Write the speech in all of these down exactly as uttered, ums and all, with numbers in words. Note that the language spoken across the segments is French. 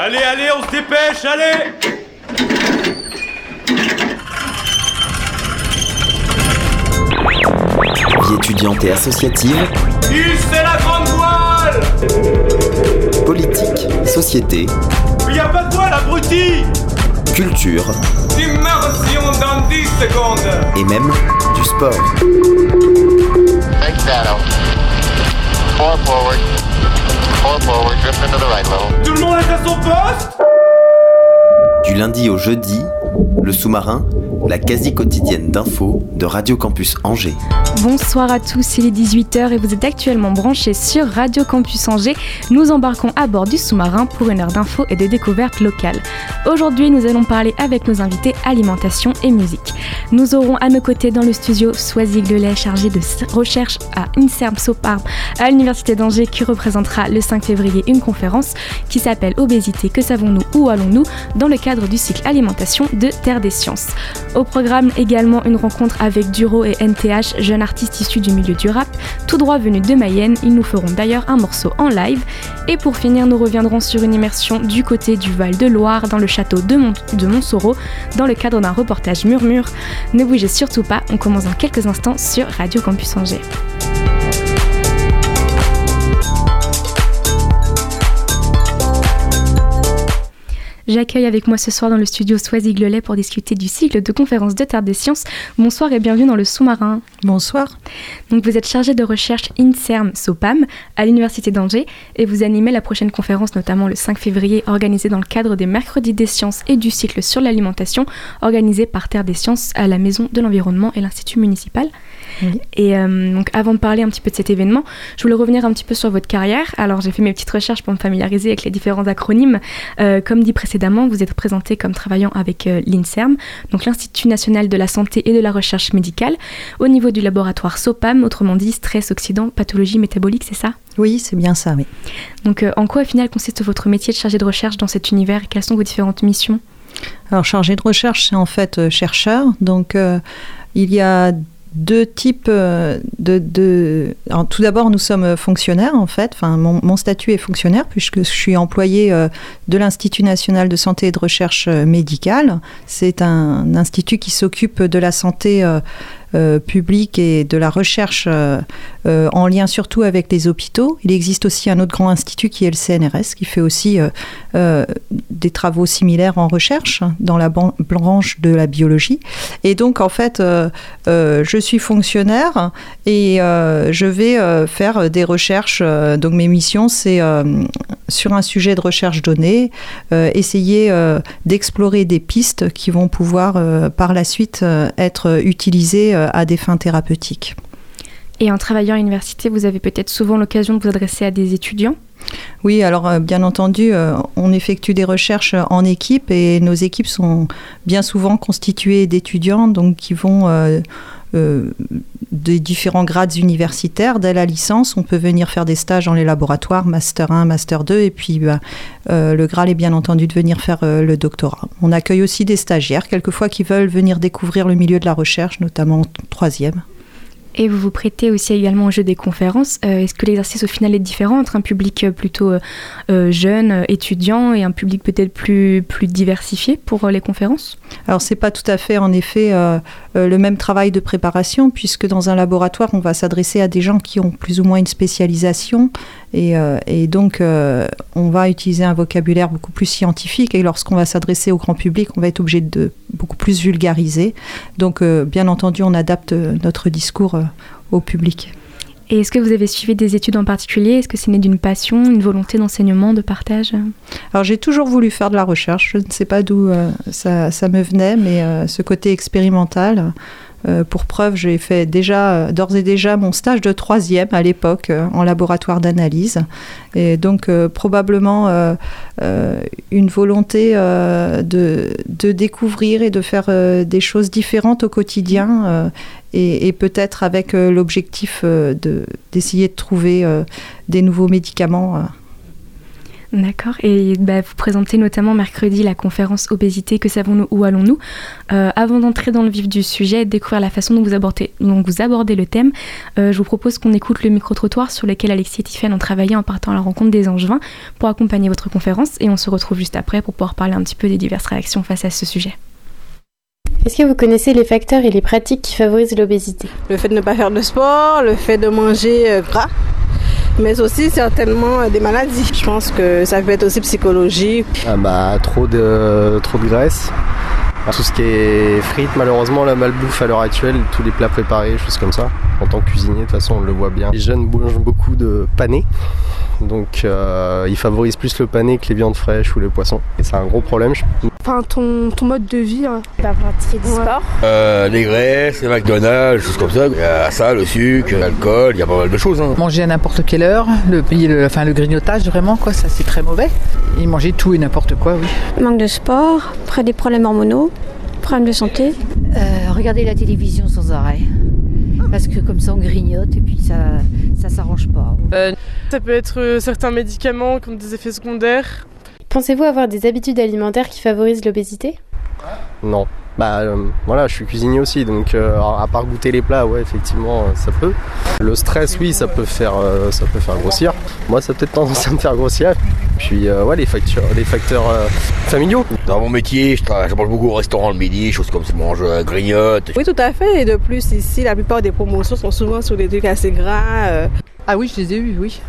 Allez, allez, on se dépêche, allez! Vie étudiante et associative. Hissez la grande voile! Politique, société. Mais y a pas de voile, abruti! Culture. Immersion dans dix secondes! Et même du sport. Take shadow. Four forward. Four forward, drift into the right level. Tout le monde est à son poste? Du lundi au jeudi, le sous-marin, la quasi-quotidienne d'infos de Radio Campus Angers. Bonsoir à tous, il est dix-huit heures et vous êtes actuellement branchés sur Radio Campus Angers. Nous embarquons à bord du sous-marin pour une heure d'infos et de découvertes locales. Aujourd'hui, nous allons parler avec nos invités alimentation et musique. Nous aurons à nos côtés dans le studio Soisy Glelay, chargé de recherche à INSERM Sopam à l'Université d'Angers, qui représentera le cinq février une conférence qui s'appelle Obésité, que savons-nous, où allons-nous, dans le cadre du cycle alimentation de Terre des Sciences. Au programme également une rencontre avec Duro et N T H, jeunes artistes issus du milieu du rap, tout droit venus de Mayenne. Ils nous feront d'ailleurs un morceau en live. Et pour finir, nous reviendrons sur une immersion du côté du Val-de-Loire, dans le château de, Mont- de Montsoreau, dans le cadre d'un reportage Murmure. Ne bougez surtout pas, on commence dans quelques instants sur Radio Campus Angers. J'accueille avec moi ce soir dans le studio Soisy Glelay pour discuter du cycle de conférences de Terre des Sciences. Bonsoir et bienvenue dans le sous-marin. Bonsoir. Donc vous êtes chargé de recherche INSERM Sopam à l'Université d'Angers et vous animez la prochaine conférence, notamment le cinq février, organisée dans le cadre des Mercredis des Sciences et du cycle sur l'alimentation, organisé par Terre des Sciences à la Maison de l'Environnement et l'Institut municipal. Oui. Et euh, donc avant de parler un petit peu de cet événement, je voulais revenir un petit peu sur votre carrière. Alors j'ai fait mes petites recherches pour me familiariser avec les différents acronymes. Euh, comme dit précédemment, vous êtes présenté comme travaillant avec euh, l'INSERM, donc l'Institut national de la santé et de la recherche médicale, au niveau du laboratoire Sopam, autrement dit stress, oxydant, pathologie métabolique, c'est ça ? Oui, c'est bien ça, oui. Donc euh, en quoi au final consiste votre métier de chargé de recherche dans cet univers et quelles sont vos différentes missions ? Alors chargé de recherche, c'est en fait euh, chercheur. Donc euh, il y a deux types de... de... Alors, tout d'abord, nous sommes fonctionnaires, en fait. Enfin, mon, mon statut est fonctionnaire, puisque je suis employée euh, de l'Institut national de santé et de recherche médicale. C'est un institut qui s'occupe de la santé euh, euh, publique et de la recherche euh, euh, en lien surtout avec les hôpitaux. Il existe aussi un autre grand institut qui est le C N R S, qui fait aussi euh, euh, des travaux similaires en recherche dans la ban- branche de la biologie. Et donc, en fait, euh, euh, je suis fonctionnaire et euh, je vais euh, faire des recherches. Euh, donc, mes missions, c'est euh, sur un sujet de recherche donnée, euh, essayer euh, d'explorer des pistes qui vont pouvoir euh, par la suite euh, être utilisées euh, à des fins thérapeutiques. Et en travaillant à l'université, vous avez peut-être souvent l'occasion de vous adresser à des étudiants ? Oui, alors euh, bien entendu, euh, on effectue des recherches en équipe et nos équipes sont bien souvent constituées d'étudiants donc, qui vont euh, euh, des différents grades universitaires. Dès la licence, on peut venir faire des stages dans les laboratoires, Master un, Master deux, et puis bah, euh, le Graal est bien entendu de venir faire euh, le doctorat. On accueille aussi des stagiaires, quelquefois qui veulent venir découvrir le milieu de la recherche, notamment en troisième. Et vous vous prêtez aussi également au jeu des conférences. Euh, est-ce que l'exercice au final est différent entre un public plutôt euh, jeune, euh, étudiant, et un public peut-être plus, plus diversifié pour euh, les conférences ? Alors c'est pas tout à fait en effet euh, euh, le même travail de préparation, puisque dans un laboratoire on va s'adresser à des gens qui ont plus ou moins une spécialisation et, euh, et donc euh, on va utiliser un vocabulaire beaucoup plus scientifique et lorsqu'on va s'adresser au grand public on va être obligé de beaucoup plus vulgariser. Donc euh, bien entendu on adapte notre discours euh, au public. Et est-ce que vous avez suivi des études en particulier ? Est-ce que c'est né d'une passion, une volonté d'enseignement, de partage ? Alors j'ai toujours voulu faire de la recherche, je ne sais pas d'où euh, ça, ça me venait, mais euh, ce côté expérimental, euh, pour preuve, j'ai fait déjà, euh, d'ores et déjà mon stage de troisième à l'époque euh, en laboratoire d'analyse. Et donc euh, probablement euh, euh, une volonté euh, de, de découvrir et de faire euh, des choses différentes au quotidien euh, et, et peut-être avec euh, l'objectif euh, de, d'essayer de trouver euh, des nouveaux médicaments. Euh. D'accord. Et bah, vous présentez notamment mercredi la conférence Obésité, que savons-nous, où allons-nous ? euh, Avant d'entrer dans le vif du sujet et de découvrir la façon dont vous abordez, dont vous abordez le thème, euh, je vous propose qu'on écoute le micro-trottoir sur lequel Alexis et Tiffany ont travaillé en partant à la rencontre des Angevins pour accompagner votre conférence, et on se retrouve juste après pour pouvoir parler un petit peu des diverses réactions face à ce sujet. Est-ce que vous connaissez les facteurs et les pratiques qui favorisent l'obésité ? Le fait de ne pas faire de sport, le fait de manger euh, gras, mais aussi certainement euh, des maladies. Je pense que ça peut être aussi psychologique. Ah bah, trop de, trop de graisse. Tout ce qui est frites, malheureusement, la malbouffe à l'heure actuelle, tous les plats préparés, choses comme ça. En tant que cuisinier, de toute façon, on le voit bien. Les jeunes mangent beaucoup de pané, donc euh, ils favorisent plus le pané que les viandes fraîches ou les poissons. Et c'est un gros problème. Enfin, ton, ton mode de vie. Hein. Pas pratiquer du ouais. sport. Euh, les graisses, les McDonald's, choses comme ça. Il y a ça, le sucre, l'alcool, il y a pas mal de choses. Hein. Manger à n'importe quelle heure, le, le, enfin, le grignotage vraiment, quoi, ça c'est très mauvais. Et manger tout et n'importe quoi, oui. Manque de sport, après des problèmes hormonaux, problèmes de santé. Euh, regarder la télévision sans arrêt. Parce que comme ça on grignote et puis ça ça s'arrange pas. Euh, ça peut être euh, certains médicaments qui ont des effets secondaires. Pensez-vous avoir des habitudes alimentaires qui favorisent l'obésité ? Non. Bah euh, voilà, je suis cuisinier aussi, donc euh, à part goûter les plats, ouais, effectivement, ça peut. Le stress, oui, ça peut faire, euh, ça peut faire grossir. Moi, ça a peut-être tendance à me faire grossir. Puis euh, ouais, les facteurs, les facteurs euh, familiaux. Dans mon métier, je, tra- je mange beaucoup au restaurant le midi, choses comme ça, je mange euh, grignote. Oui, tout à fait. Et de plus, ici, la plupart des promotions sont souvent sur des trucs assez gras. Euh. Ah oui, je les ai eus, oui.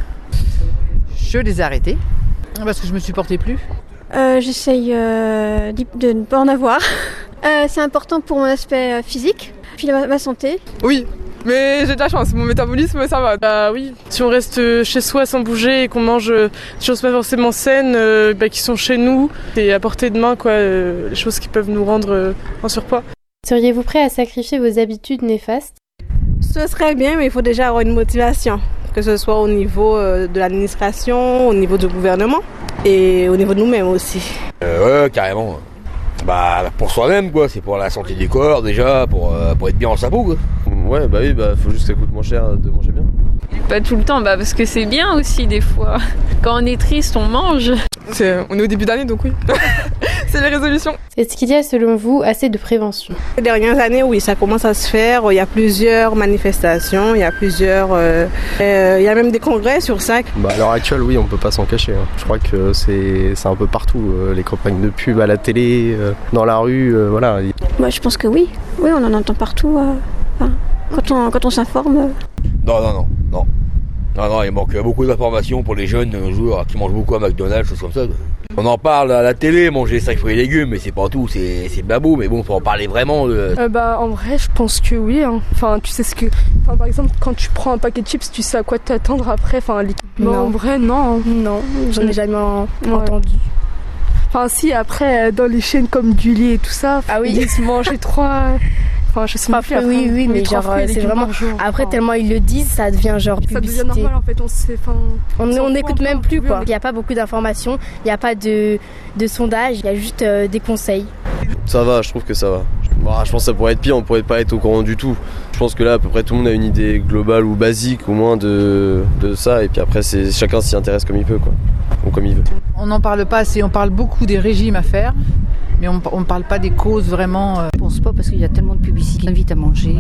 Je les ai arrêtés parce que je me supportais plus. Euh, j'essaye euh, de ne pas en avoir. Euh, c'est important pour mon aspect physique, puis ma, ma santé. Oui, mais j'ai de la chance, mon métabolisme ça va. Bah oui, si on reste chez soi sans bouger et qu'on mange des choses pas forcément saines, euh, bah, qui sont chez nous, et à portée de main, quoi, euh, les choses qui peuvent nous rendre euh, en surpoids. Seriez-vous prêt à sacrifier vos habitudes néfastes ? Ce serait bien, mais il faut déjà avoir une motivation, que ce soit au niveau euh, de l'administration, au niveau du gouvernement et au niveau de nous-mêmes aussi. Euh, ouais, carrément. Bah, pour soi-même, quoi. C'est pour la santé du corps, déjà, pour, euh, pour être bien en sa peau, quoi. Ouais, bah oui, bah faut juste que ça coûte moins cher de manger bien. Pas tout le temps, bah parce que c'est bien aussi des fois. Quand on est triste, on mange. C'est, on est au début d'année, donc oui. C'est les résolutions. Est-ce qu'il y a, selon vous, assez de prévention ? Ces dernières années, oui, ça commence à se faire. Il y a plusieurs manifestations, il y a plusieurs... Euh, euh, il y a même des congrès sur ça. Bah, à l'heure actuelle, oui, on peut pas s'en cacher. Hein. Je crois que c'est, c'est un peu partout. Euh, les campagnes de pub à la télé, euh, dans la rue, euh, voilà. Moi, je pense que oui. Oui, on en entend partout. Euh, enfin, quand on, quand on s'informe... Euh... Non, non, non, non. Non, non, il manque beaucoup d'informations pour les jeunes de nos jours qui mangent beaucoup à McDonald's, choses comme ça. On en parle à la télé, manger cinq fruits et légumes, mais c'est pas tout, c'est, c'est babou, mais bon, faut en parler vraiment. De... Euh, bah, en vrai, je pense que oui. Hein. Enfin, tu sais ce que. Enfin, par exemple, quand tu prends un paquet de chips, tu sais à quoi t'attendre après. Enfin, l'équipement. Non. En vrai, non. Non, j'en ai jamais en... ouais. entendu. Enfin, si, après, dans les chaînes comme du lit et tout ça, ah oui, ils se mangeaient trois. Enfin, je sais pas plus. Oui, oui, mais genre, c'est vraiment. Après, tellement ils le disent, ça devient genre. Ça devient normal en fait, on sait. Enfin, on n'écoute même plus quoi. Il n'y a pas beaucoup d'informations, il n'y a pas de, de sondage, il y a juste euh, des conseils. Ça va, je trouve que ça va. Bon, je pense que ça pourrait être pire, on pourrait pas être au courant du tout. Je pense que là, à peu près tout le monde a une idée globale ou basique au moins de, de ça, et puis après, c'est, chacun s'y intéresse comme il peut, quoi. Ou comme il veut. On n'en parle pas assez, on parle beaucoup des régimes à faire. Mais on ne parle pas des causes vraiment. Euh... Je pense pas parce qu'il y a tellement de publicité qui invite à manger,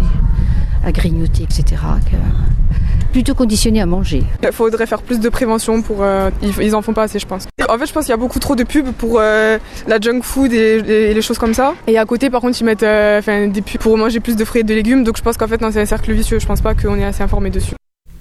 à grignoter, et cetera. Que... Plutôt conditionné à manger. Il faudrait faire plus de prévention pour. Euh, ils en font pas assez, je pense. En fait, je pense qu'il y a beaucoup trop de pubs pour euh, la junk food et, et les choses comme ça. Et à côté, par contre, ils mettent euh, des pubs pour manger plus de fruits et de légumes. Donc je pense qu'en fait, non, c'est un cercle vicieux. Je pense pas qu'on est assez informé dessus.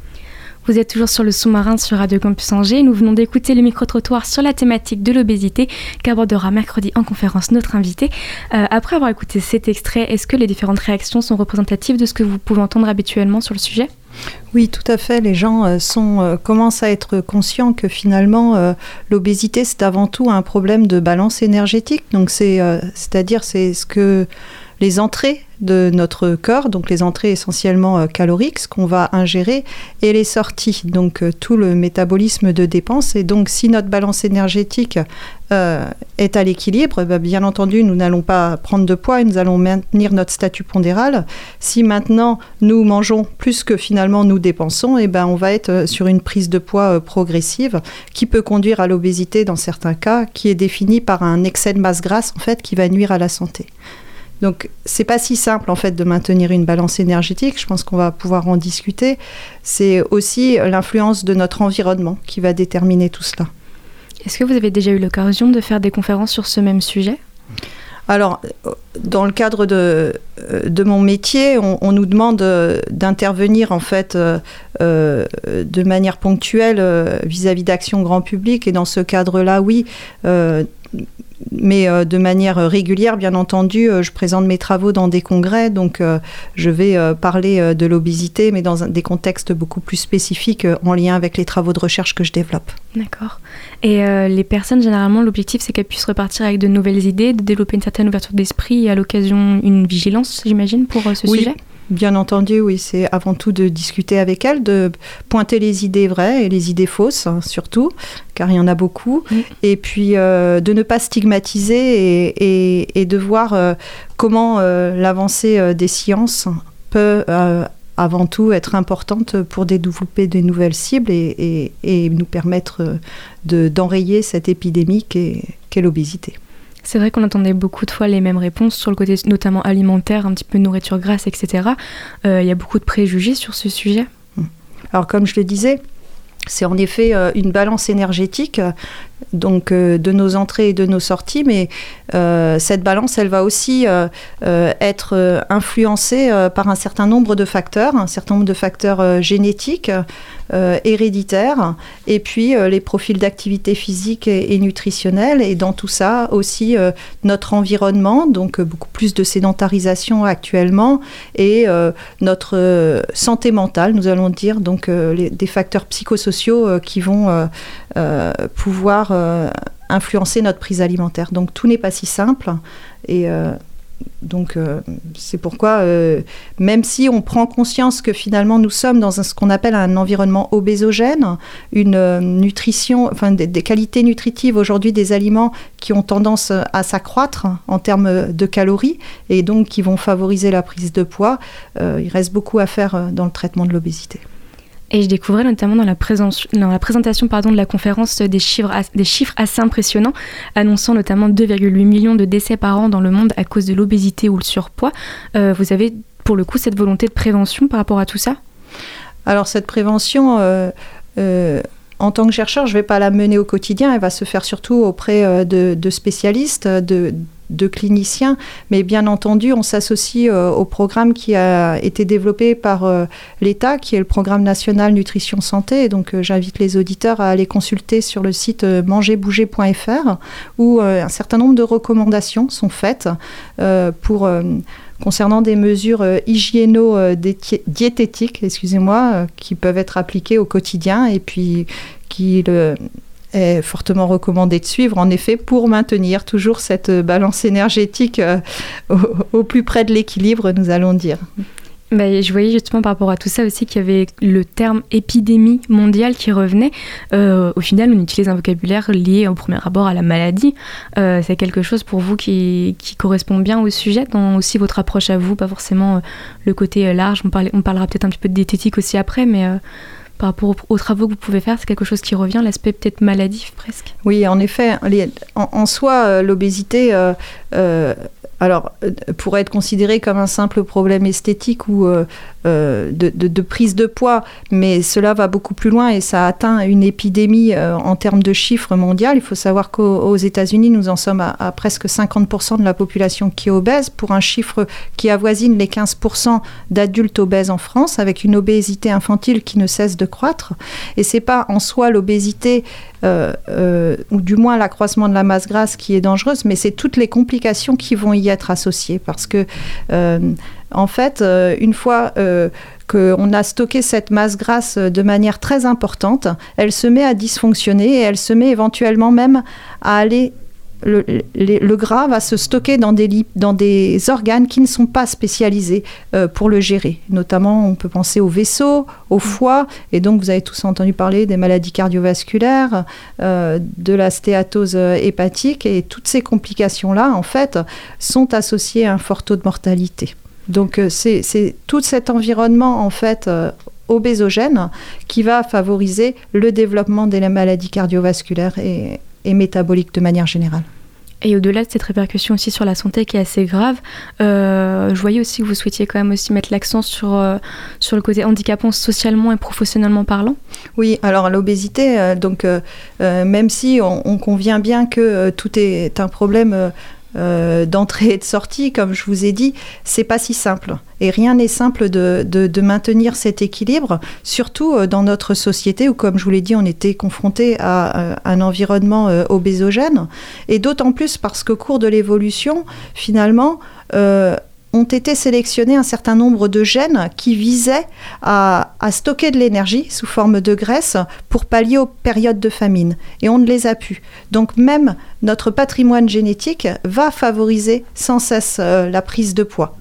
Vous êtes toujours sur le sous-marin sur Radio Campus Angers. Nous venons d'écouter le micro-trottoir sur la thématique de l'obésité qu'abordera mercredi en conférence notre invité. Euh, après avoir écouté cet extrait, est-ce que les différentes réactions sont représentatives de ce que vous pouvez entendre habituellement sur le sujet ? Oui, tout à fait. Les gens euh, sont, euh, commencent à être conscients que finalement, euh, l'obésité, c'est avant tout un problème de balance énergétique. Donc, c'est, euh, c'est-à-dire, c'est ce que les entrées de notre corps, donc les entrées essentiellement euh, caloriques, ce qu'on va ingérer, et les sorties, donc euh, tout le métabolisme de dépenses. Et donc si notre balance énergétique euh, est à l'équilibre, bah, bien entendu, nous n'allons pas prendre de poids et nous allons maintenir notre statut pondéral. Si maintenant nous mangeons plus que finalement nous dépensons, et ben, on va être sur une prise de poids euh, progressive qui peut conduire à l'obésité dans certains cas, qui est définie par un excès de masse grasse en fait, qui va nuire à la santé. Donc, c'est pas si simple en fait de maintenir une balance énergétique. Je pense qu'on va pouvoir en discuter. C'est aussi l'influence de notre environnement qui va déterminer tout cela. Est-ce que vous avez déjà eu l'occasion de faire des conférences sur ce même sujet ? Alors, dans le cadre de, de mon métier, on, on nous demande d'intervenir en fait euh, euh, de manière ponctuelle euh, vis-à-vis d'actions grand public. Et dans ce cadre-là, oui. Euh, mais euh, de manière régulière, bien entendu, euh, je présente mes travaux dans des congrès, donc euh, je vais euh, parler euh, de l'obésité, mais dans un, des contextes beaucoup plus spécifiques euh, en lien avec les travaux de recherche que je développe. D'accord. Et euh, les personnes, généralement, l'objectif, c'est qu'elles puissent repartir avec de nouvelles idées, de développer une certaine ouverture d'esprit et à l'occasion une vigilance, j'imagine, pour euh, ce oui. sujet ? Bien entendu, oui, c'est avant tout de discuter avec elles, de pointer les idées vraies et les idées fausses, hein, surtout, car il y en a beaucoup, mmh. et puis euh, de ne pas stigmatiser et, et, et de voir euh, comment euh, l'avancée euh, des sciences peut euh, avant tout être importante pour développer de nouvelles cibles et, et, et nous permettre de, d'enrayer cette épidémie qu'est, qu'est l'obésité. C'est vrai qu'on entendait beaucoup de fois les mêmes réponses sur le côté notamment alimentaire, un petit peu nourriture grasse, et cetera. Euh, il y a beaucoup de préjugés sur ce sujet. Alors comme je le disais, c'est en effet euh, une balance énergétique donc euh, de nos entrées et de nos sorties, mais euh, cette balance, elle va aussi euh, euh, être euh, influencée euh, par un certain nombre de facteurs, un certain nombre de facteurs euh, génétiques, euh, héréditaires, et puis euh, les profils d'activité physique et, et nutritionnelle, et dans tout ça aussi euh, notre environnement, donc euh, beaucoup plus de sédentarisation actuellement, et euh, notre euh, santé mentale, nous allons dire, donc euh, les, des facteurs psychosociaux euh, qui vont euh, euh, pouvoir Euh, influencer notre prise alimentaire. Donc tout n'est pas si simple et euh, donc euh, c'est pourquoi euh, même si on prend conscience que finalement nous sommes dans un, ce qu'on appelle un environnement obésogène, une euh, nutrition, enfin des, des qualités nutritives aujourd'hui des aliments qui ont tendance à s'accroître en termes de calories et donc qui vont favoriser la prise de poids, euh, il reste beaucoup à faire dans le traitement de l'obésité. Et je découvrais notamment dans la, présence, dans la présentation pardon, de la conférence des chiffres, des chiffres assez impressionnants, annonçant notamment deux virgule huit millions de décès par an dans le monde à cause de l'obésité ou le surpoids. Euh, vous avez pour le coup cette volonté de prévention par rapport à tout ça ? Alors cette prévention, euh, euh, en tant que chercheur, je ne vais pas la mener au quotidien, elle va se faire surtout auprès euh, de, de spécialistes, de de cliniciens, mais bien entendu, on s'associe euh, au programme qui a été développé par euh, l'État, qui est le programme national nutrition santé. Et donc, euh, j'invite les auditeurs à aller consulter sur le site euh, manger bouger point f r, où euh, un certain nombre de recommandations sont faites euh, pour euh, concernant des mesures euh, hygiéno-diététiques, excusez-moi, euh, qui peuvent être appliquées au quotidien et puis qui le est fortement recommandé de suivre, en effet, pour maintenir toujours cette balance énergétique euh, au, au plus près de l'équilibre, nous allons dire. Bah, je voyais justement par rapport à tout ça aussi qu'il y avait le terme épidémie mondiale qui revenait. Euh, au final, on utilise un vocabulaire lié au premier abord à la maladie. Euh, c'est quelque chose pour vous qui, qui correspond bien au sujet, dans aussi votre approche à vous, pas forcément euh, le côté euh, large. On, parle, on parlera peut-être un petit peu de diététique aussi après, mais... Euh, par rapport aux, aux travaux que vous pouvez faire, c'est quelque chose qui revient, l'aspect peut-être maladif presque. Oui, en effet, les, en, en soi, euh, l'obésité, euh, euh, alors, euh, pourrait être considérée comme un simple problème esthétique ou euh, euh, de, de, de prise de poids, mais cela va beaucoup plus loin et ça atteint une épidémie euh, en termes de chiffres mondiaux. Il faut savoir qu'aux aux États-Unis, nous en sommes à, à presque cinquante pour cent de la population qui est obèse, pour un chiffre qui avoisine les quinze pour cent d'adultes obèses en France, avec une obésité infantile qui ne cesse de croître. Et c'est pas en soi l'obésité euh, euh, ou du moins l'accroissement de la masse grasse qui est dangereuse, mais c'est toutes les complications qui vont y être associées, parce que euh, en fait, euh, une fois euh, qu'on a stocké cette masse grasse de manière très importante, elle se met à dysfonctionner et elle se met éventuellement même à aller le, le, le gras va se stocker dans des, lip, dans des organes qui ne sont pas spécialisés euh, pour le gérer. Notamment, on peut penser au vaisseau, au foie, et donc vous avez tous entendu parler des maladies cardiovasculaires, euh, de la stéatose hépatique, et toutes ces complications-là, en fait, sont associées à un fort taux de mortalité. Donc c'est, c'est tout cet environnement, en fait, euh, obésogène qui va favoriser le développement des maladies cardiovasculaires et, et métaboliques de manière générale. Et au-delà de cette répercussion aussi sur la santé qui est assez grave, euh, je voyais aussi que vous souhaitiez quand même aussi mettre l'accent sur, euh, sur le côté handicapant socialement et professionnellement parlant. Oui, alors l'obésité, euh, donc, euh, euh, même si on, on convient bien que euh, tout est un problème euh, Euh, d'entrée et de sortie, comme je vous ai dit, c'est pas si simple. Et rien n'est simple de, de, de maintenir cet équilibre, surtout euh, dans notre société où, comme je vous l'ai dit, on était confronté à euh, un environnement euh, obésogène. Et d'autant plus parce qu'au cours de l'évolution, finalement, euh, ont été sélectionnés un certain nombre de gènes qui visaient à, à stocker de l'énergie sous forme de graisse pour pallier aux périodes de famine. Et on ne les a pu. Donc même notre patrimoine génétique va favoriser sans cesse euh, la prise de poids.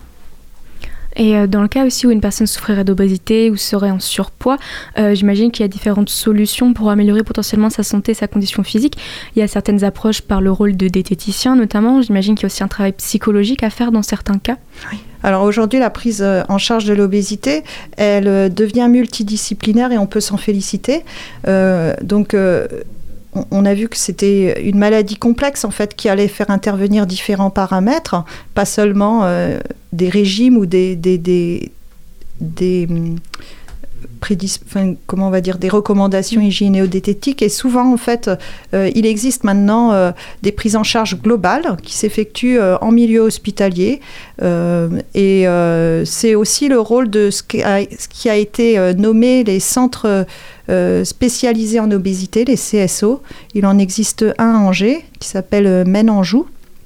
Et euh, dans le cas aussi où une personne souffrirait d'obésité ou serait en surpoids, euh, j'imagine qu'il y a différentes solutions pour améliorer potentiellement sa santé et sa condition physique. Il y a certaines approches par le rôle de diététicien notamment. J'imagine qu'il y a aussi un travail psychologique à faire dans certains cas. Oui. Alors aujourd'hui, la prise en charge de l'obésité, elle devient multidisciplinaire et on peut s'en féliciter. Euh, donc... Euh, On a vu que c'était une maladie complexe en fait qui allait faire intervenir différents paramètres, pas seulement euh, des régimes ou des des des, des prédis- enfin, comment on va dire des recommandations hygiéno-diététiques. Et souvent en fait, euh, il existe maintenant euh, des prises en charge globales qui s'effectuent euh, en milieu hospitalier. Euh, et euh, c'est aussi le rôle de ce qui a, ce qui a été euh, nommé les centres Euh, spécialisés en obésité, les C S O. Il en existe un à Angers qui s'appelle euh, Men Anjou.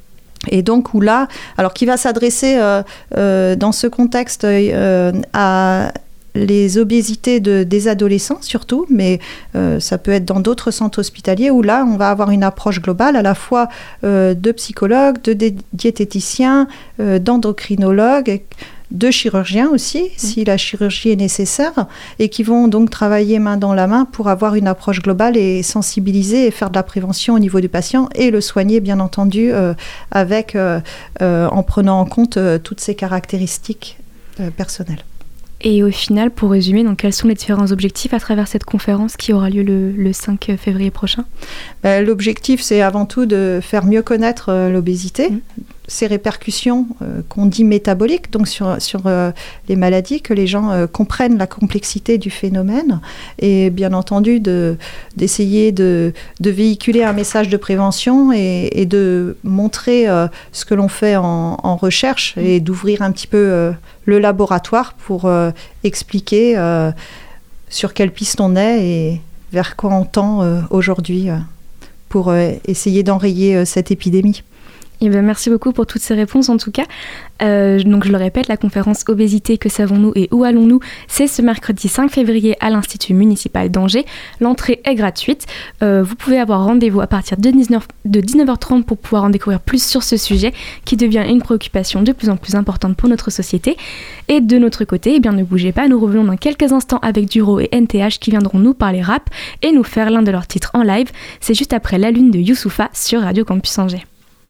Et donc, où là, alors qui va s'adresser euh, euh, dans ce contexte euh, à les obésités de, des adolescents surtout, mais euh, ça peut être dans d'autres centres hospitaliers où là, on va avoir une approche globale à la fois euh, de psychologues, de dé- diététiciens, euh, d'endocrinologues, de chirurgiens aussi, mmh. si la chirurgie est nécessaire, et qui vont donc travailler main dans la main pour avoir une approche globale et sensibiliser et faire de la prévention au niveau du patient et le soigner, bien entendu, euh, avec, euh, euh, en prenant en compte euh, toutes ses caractéristiques euh, personnelles. Et au final, pour résumer, donc, quels sont les différents objectifs à travers cette conférence qui aura lieu le, le cinq février prochain ? Ben, l'objectif, c'est avant tout de faire mieux connaître euh, l'obésité, mmh. ses répercussions euh, qu'on dit métaboliques, donc sur, sur euh, les maladies, que les gens euh, comprennent la complexité du phénomène et bien entendu de, d'essayer de, de véhiculer un message de prévention et, et de montrer euh, ce que l'on fait en, en recherche et d'ouvrir un petit peu euh, le laboratoire pour euh, expliquer euh, sur quelle piste on est et vers quoi on tend euh, aujourd'hui euh, pour euh, essayer d'enrayer euh, cette épidémie. Eh bien, merci beaucoup pour toutes ces réponses en tout cas. Euh, donc je le répète, la conférence Obésité, que savons-nous et où allons-nous, c'est ce mercredi cinq février à l'Institut municipal d'Angers. L'entrée est gratuite. Euh, vous pouvez avoir rendez-vous à partir de dix-neuf heures trente pour pouvoir en découvrir plus sur ce sujet qui devient une préoccupation de plus en plus importante pour notre société. Et de notre côté, eh bien, ne bougez pas, nous revenons dans quelques instants avec Duro et N T H qui viendront nous parler rap et nous faire l'un de leurs titres en live. C'est juste après La Lune de Youssoupha sur Radio Campus Angers.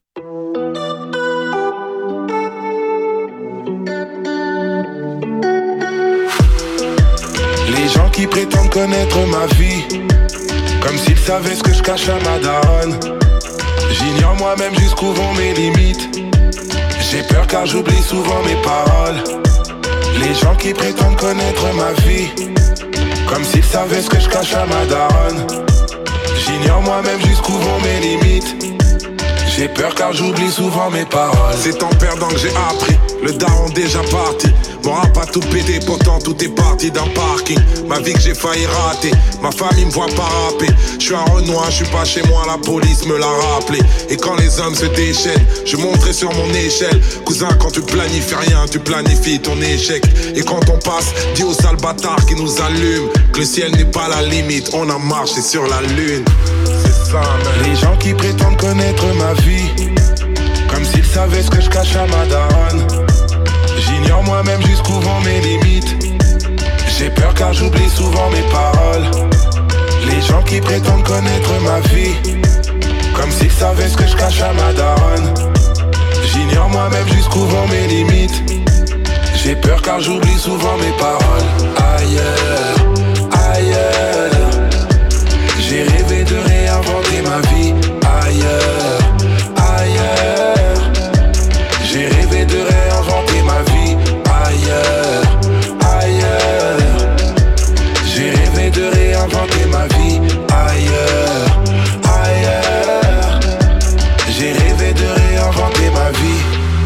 Les gens qui prétendent connaître ma vie, comme s'ils savaient ce que je cache à ma daronne. J'ignore moi-même jusqu'où vont mes limites. J'ai peur car j'oublie souvent mes paroles. Les gens qui prétendent connaître ma vie, comme s'ils savaient ce que je cache à ma daronne. J'ignore moi-même jusqu'où vont mes limites. J'ai peur car j'oublie souvent mes paroles. C'est en perdant que j'ai appris, le daron déjà parti. Mon rap a tout pété, pourtant tout est parti d'un parking. Ma vie que j'ai failli rater, ma famille me voit pas rapper. Je suis un Renoir, je suis pas chez moi, la police me l'a rappelé. Et quand les hommes se déchaînent, je monterai sur mon échelle. Cousin, quand tu planifies rien, tu planifies ton échec. Et quand on passe, dis aux sales bâtards qui nous allument que le ciel n'est pas la limite, on a marché sur la lune. C'est ça, man. Les gens qui prétendent connaître ma vie, comme s'ils savaient ce que je cache à ma daronne. J'ignore moi-même jusqu'où vont mes limites. J'ai peur car j'oublie souvent mes paroles. Les gens qui prétendent connaître ma vie, comme s'ils savaient ce que je cache à ma daronne. J'ignore moi-même jusqu'où vont mes limites. J'ai peur car j'oublie souvent mes paroles. Ailleurs, ailleurs, j'ai rêvé de réinventer ma vie. Ailleurs, ailleurs, j'ai rêvé de réinventer ma vie. Ailleurs, ailleurs, j'ai rêvé de réinventer ma vie. Ailleurs, ailleurs, j'ai rêvé de réinventer ma vie.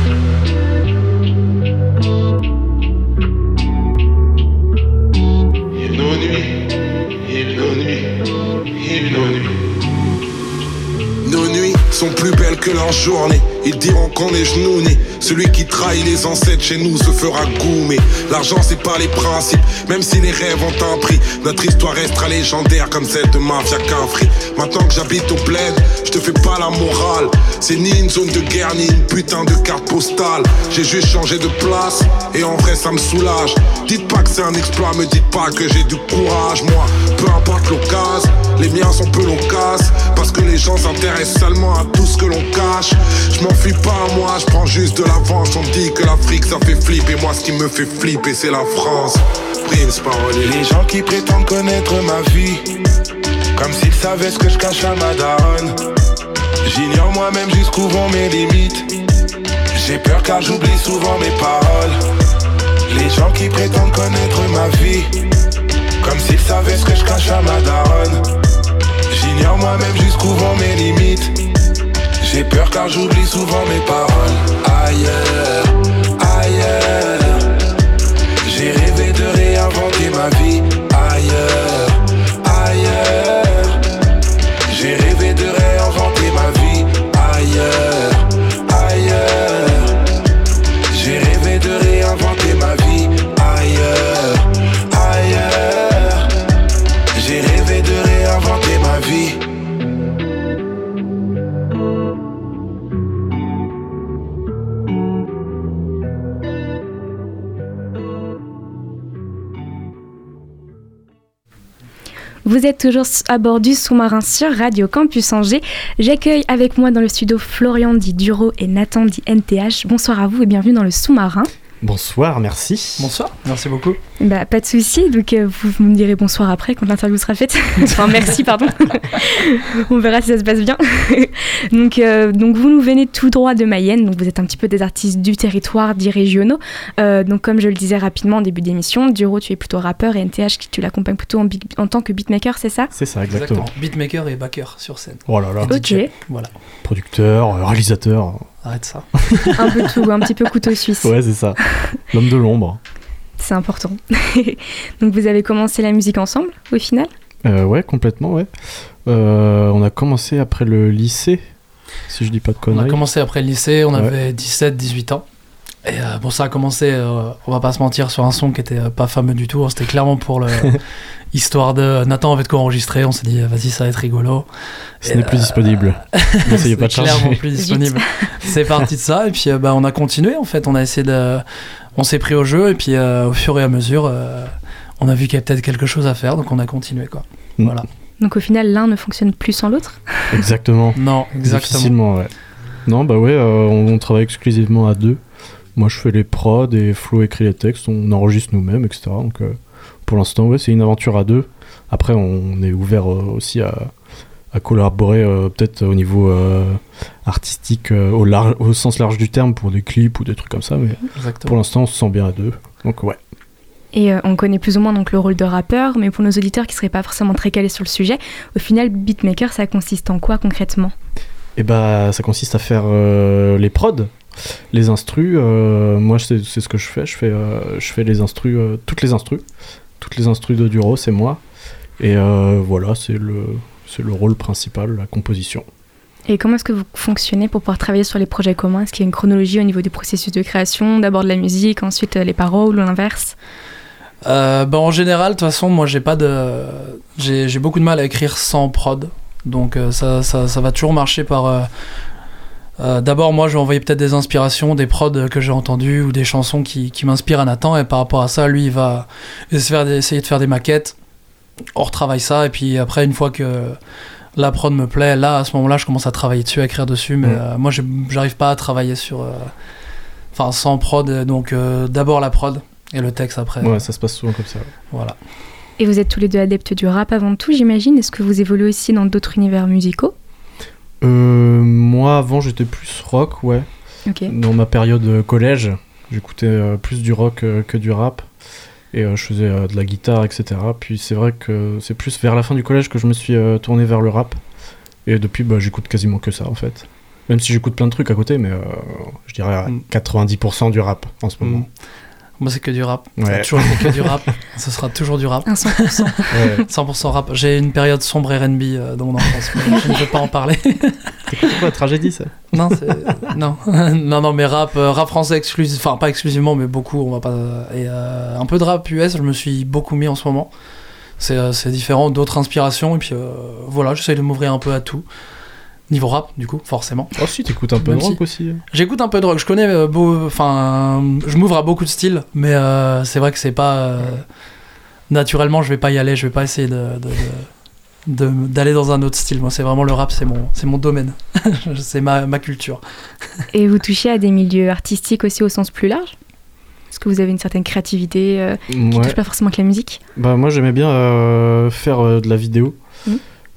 Il nos nuits, il nos nuits, il nos nuits. Nos nuits sont plus belles que leurs journées. Ils diront qu'on est genoux-nés. Celui qui trahit les ancêtres chez nous se fera goumer. L'argent c'est pas les principes, même si les rêves ont un prix. Notre histoire restera légendaire comme celle de Mafia Cafri. Maintenant que j'habite au bled, je te fais pas la morale. C'est ni une zone de guerre ni une putain de carte postale. J'ai juste changé de place et en vrai ça me soulage. Dites pas que c'est un exploit, me dites pas que j'ai du courage. Moi, peu importe l'occasion, les miens sont peu l'occasion. Parce que les gens s'intéressent seulement à tout ce que l'on cache. Je m'enfuis pas à moi, je prends juste de l'avance. On dit que l'Afrique ça fait flipper, moi ce qui me fait flipper c'est la France. Prince parolier. Les gens qui prétendent connaître ma vie, comme s'ils savaient ce que je cache à ma daronne. J'ignore moi-même jusqu'où vont mes limites. J'ai peur car j'oublie souvent mes paroles. Les gens qui prétendent connaître ma vie, comme s'ils savaient ce que je cache à ma daronne. J'ignore moi-même jusqu'où vont mes limites. J'ai peur car j'oublie souvent mes paroles. Ailleurs, ailleurs, j'ai rêvé de réinventer ma vie. Ailleurs, ailleurs, j'ai rêvé de réinventer ma vie. Ailleurs, ailleurs, j'ai rêvé de réinventer ma vie. Ailleurs, ailleurs, j'ai rêvé de réinventer ma vie. Vous êtes toujours à bord du sous-marin sur Radio Campus Angers. J'accueille avec moi dans le studio Florian dit Duro et Nathan dit N T H. Bonsoir à vous et bienvenue dans le sous-marin. Bonsoir, merci. Bonsoir, merci beaucoup. Bah, pas de souci, donc euh, vous, vous me direz bonsoir après quand l'interview sera faite. Enfin, merci, pardon. On verra si ça se passe bien. donc, euh, donc, vous nous venez tout droit de Mayenne, donc vous êtes un petit peu des artistes du territoire, dits régionaux. Euh, donc, comme je le disais rapidement en début d'émission, Duro, tu es plutôt rappeur et N T H, tu l'accompagnes plutôt en, big, en tant que beatmaker, c'est ça ? C'est ça, exactement. exactement. Beatmaker et backer sur scène. Oh là là. Ok. Voilà. Producteur, euh, réalisateur. Arrête ça. Un peu tout, un petit peu couteau suisse. Ouais, c'est ça. L'homme de l'ombre. C'est important. Donc vous avez commencé la musique ensemble, au final ? euh, Ouais, complètement, ouais. Euh, on a commencé après le lycée, si je dis pas de conneries. On a commencé après le lycée, on ouais. avait dix-sept dix-huit ans. Et euh, bon, ça a commencé, euh, on va pas se mentir, sur un son qui était euh, pas fameux du tout. C'était clairement pour le... Histoire de Nathan avait de quoi enregistrer, on s'est dit vas-y ça va être rigolo. Ce n'est euh, plus disponible. N'essayez pas de changer. Clairement plus disponible. C'est parti de ça et puis euh, bah, on a continué en fait, on a essayé de, on s'est pris au jeu et puis euh, au fur et à mesure euh, on a vu qu'il y avait peut-être quelque chose à faire donc on a continué quoi. Mm. Voilà. Donc au final l'un ne fonctionne plus sans l'autre. Exactement. Non, exactement. Difficilement ouais. Non bah ouais, euh, on, on travaille exclusivement à deux. Moi je fais les prods et Flo écrit les textes, on enregistre nous-mêmes et cetera. Donc euh, pour l'instant, ouais, c'est une aventure à deux. Après, on est ouvert euh, aussi à, à collaborer euh, peut-être au niveau euh, artistique, euh, au, large, au sens large du terme, pour des clips ou des trucs comme ça. Mais exactement. Pour l'instant, on se sent bien à deux. Donc, ouais. Et euh, on connaît plus ou moins donc, le rôle de rappeur, mais pour nos auditeurs qui ne seraient pas forcément très calés sur le sujet, au final, beatmaker, ça consiste en quoi concrètement ? Et bah, ça consiste à faire euh, les prods, les instrus. Euh, moi, c'est, c'est ce que je fais. Je fais, euh, je fais les instrus, euh, toutes les instrus. Toutes les instrus de Duro, c'est moi. Et euh, voilà, c'est le, c'est le rôle principal, la composition. Et comment est-ce que vous fonctionnez pour pouvoir travailler sur les projets communs ? Est-ce qu'il y a une chronologie au niveau du processus de création ? D'abord de la musique, ensuite les paroles ou l'inverse ? euh, bah, En général, de toute façon, moi, j'ai, pas de... j'ai, j'ai beaucoup de mal à écrire sans prod. Donc euh, ça, ça, ça va toujours marcher par... Euh... Euh, d'abord, moi, je vais envoyer peut-être des inspirations, des prods que j'ai entendus ou des chansons qui, qui m'inspirent à Nathan. Et par rapport à ça, lui, il va essayer de faire des maquettes. On retravaille ça. Et puis après, une fois que la prod me plaît, là, à ce moment-là, je commence à travailler dessus, à écrire dessus. Mais mmh. euh, moi, je, j'arrive pas à travailler sur... Enfin, euh, sans prod. Donc, euh, d'abord la prod et le texte après. Ouais, ça se passe souvent comme ça. Ouais. Voilà. Et vous êtes tous les deux adeptes du rap avant tout, j'imagine. Est-ce que vous évoluez aussi dans d'autres univers musicaux ? Euh, moi, avant, j'étais plus rock, ouais. Okay. Dans ma période euh, collège, j'écoutais euh, plus du rock euh, que du rap. Et euh, je faisais euh, de la guitare, et cetera. Puis c'est vrai que c'est plus vers la fin du collège que je me suis euh, tourné vers le rap. Et depuis, bah, j'écoute quasiment que ça, en fait. Même si j'écoute plein de trucs à côté, mais euh, je dirais mm. quatre-vingt-dix pour cent du rap en ce moment. Mm. Moi, c'est que du rap. Ouais. Ça a toujours été que du rap. Ce sera toujours du rap. Un cent pour cent. Ouais. cent pour cent rap. J'ai une période sombre R and B euh, dans mon enfance, mais je ne veux pas en parler. C'est quoi la tragédie, ça ? Non, c'est... non. non, non, mais rap, euh, rap français exclusif, enfin pas exclusivement, mais beaucoup. On va pas. Et euh, un peu de rap U S, je me suis beaucoup mis en ce moment. C'est, euh, c'est différent, d'autres inspirations, et puis euh, voilà, j'essaye de m'ouvrir un peu à tout. Niveau rap, du coup, forcément. Oh si, t'écoutes un peu Même de rock si... aussi. J'écoute un peu de rock. Je connais, euh, beau... enfin, je m'ouvre à beaucoup de styles, mais euh, c'est vrai que c'est pas euh... naturellement, je vais pas y aller. Je vais pas essayer de, de, de, de d'aller dans un autre style. Moi, c'est vraiment le rap, c'est mon, c'est mon domaine. C'est ma, ma culture. Et vous touchez à des milieux artistiques aussi au sens plus large ? Est-ce que vous avez une certaine créativité euh, qui ouais. touche pas forcément que la musique ? Bah moi, j'aimais bien euh, faire euh, de la vidéo. Mmh.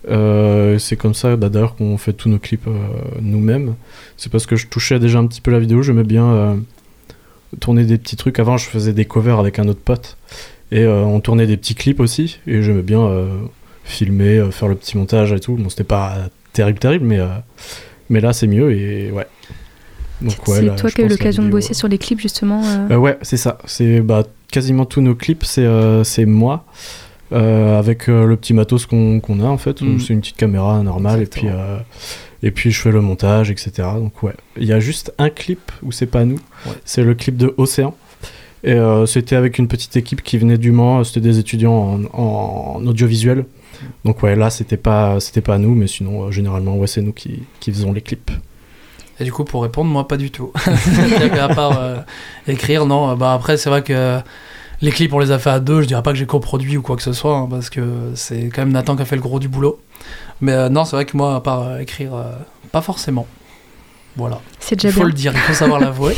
Euh, c'est comme ça bah, d'ailleurs qu'on fait tous nos clips euh, nous-mêmes. C'est parce que je touchais déjà un petit peu la vidéo, j'aimais bien euh, tourner des petits trucs. Avant je faisais des covers avec un autre pote et euh, on tournait des petits clips aussi et j'aimais bien euh, filmer, euh, faire le petit montage et tout. Bon, c'était pas terrible terrible mais, euh, mais là c'est mieux et ouais. Donc, ouais, c'est là, toi qui as eu l'occasion vidéo, de bosser euh... sur les clips justement euh... Euh, ouais c'est ça, c'est bah, quasiment tous nos clips c'est, euh, c'est moi. Euh, avec euh, le petit matos qu'on, qu'on a en fait, mmh. c'est une petite caméra normale et puis, euh, et puis je fais le montage, et cetera. Donc ouais, il y a juste un clip où c'est pas nous, ouais. C'est le clip de Océan. Et euh, c'était avec une petite équipe qui venait du Mans, c'était des étudiants en, en, en audiovisuel. Donc ouais, là c'était pas, c'était pas nous, mais sinon euh, généralement ouais, c'est nous qui, qui faisons les clips. Et du coup pour répondre, moi pas du tout. À part euh, écrire, non, bah après c'est vrai que les clips, on les a fait à deux. Je dirais pas que j'ai coproduit ou quoi que ce soit, hein, parce que c'est quand même Nathan qui a fait le gros du boulot. Mais euh, non, c'est vrai que moi, à part euh, écrire, euh, pas forcément. Voilà. C'est déjà il faut bien. le dire, il faut savoir l'avouer.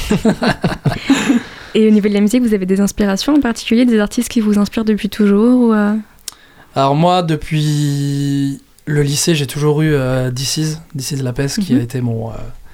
Et au niveau de la musique, vous avez des inspirations en particulier, des artistes qui vous inspirent depuis toujours ou euh... Alors moi, depuis le lycée, j'ai toujours eu euh, This Is, This Is Lapes, mm-hmm. qui a été mon... Euh,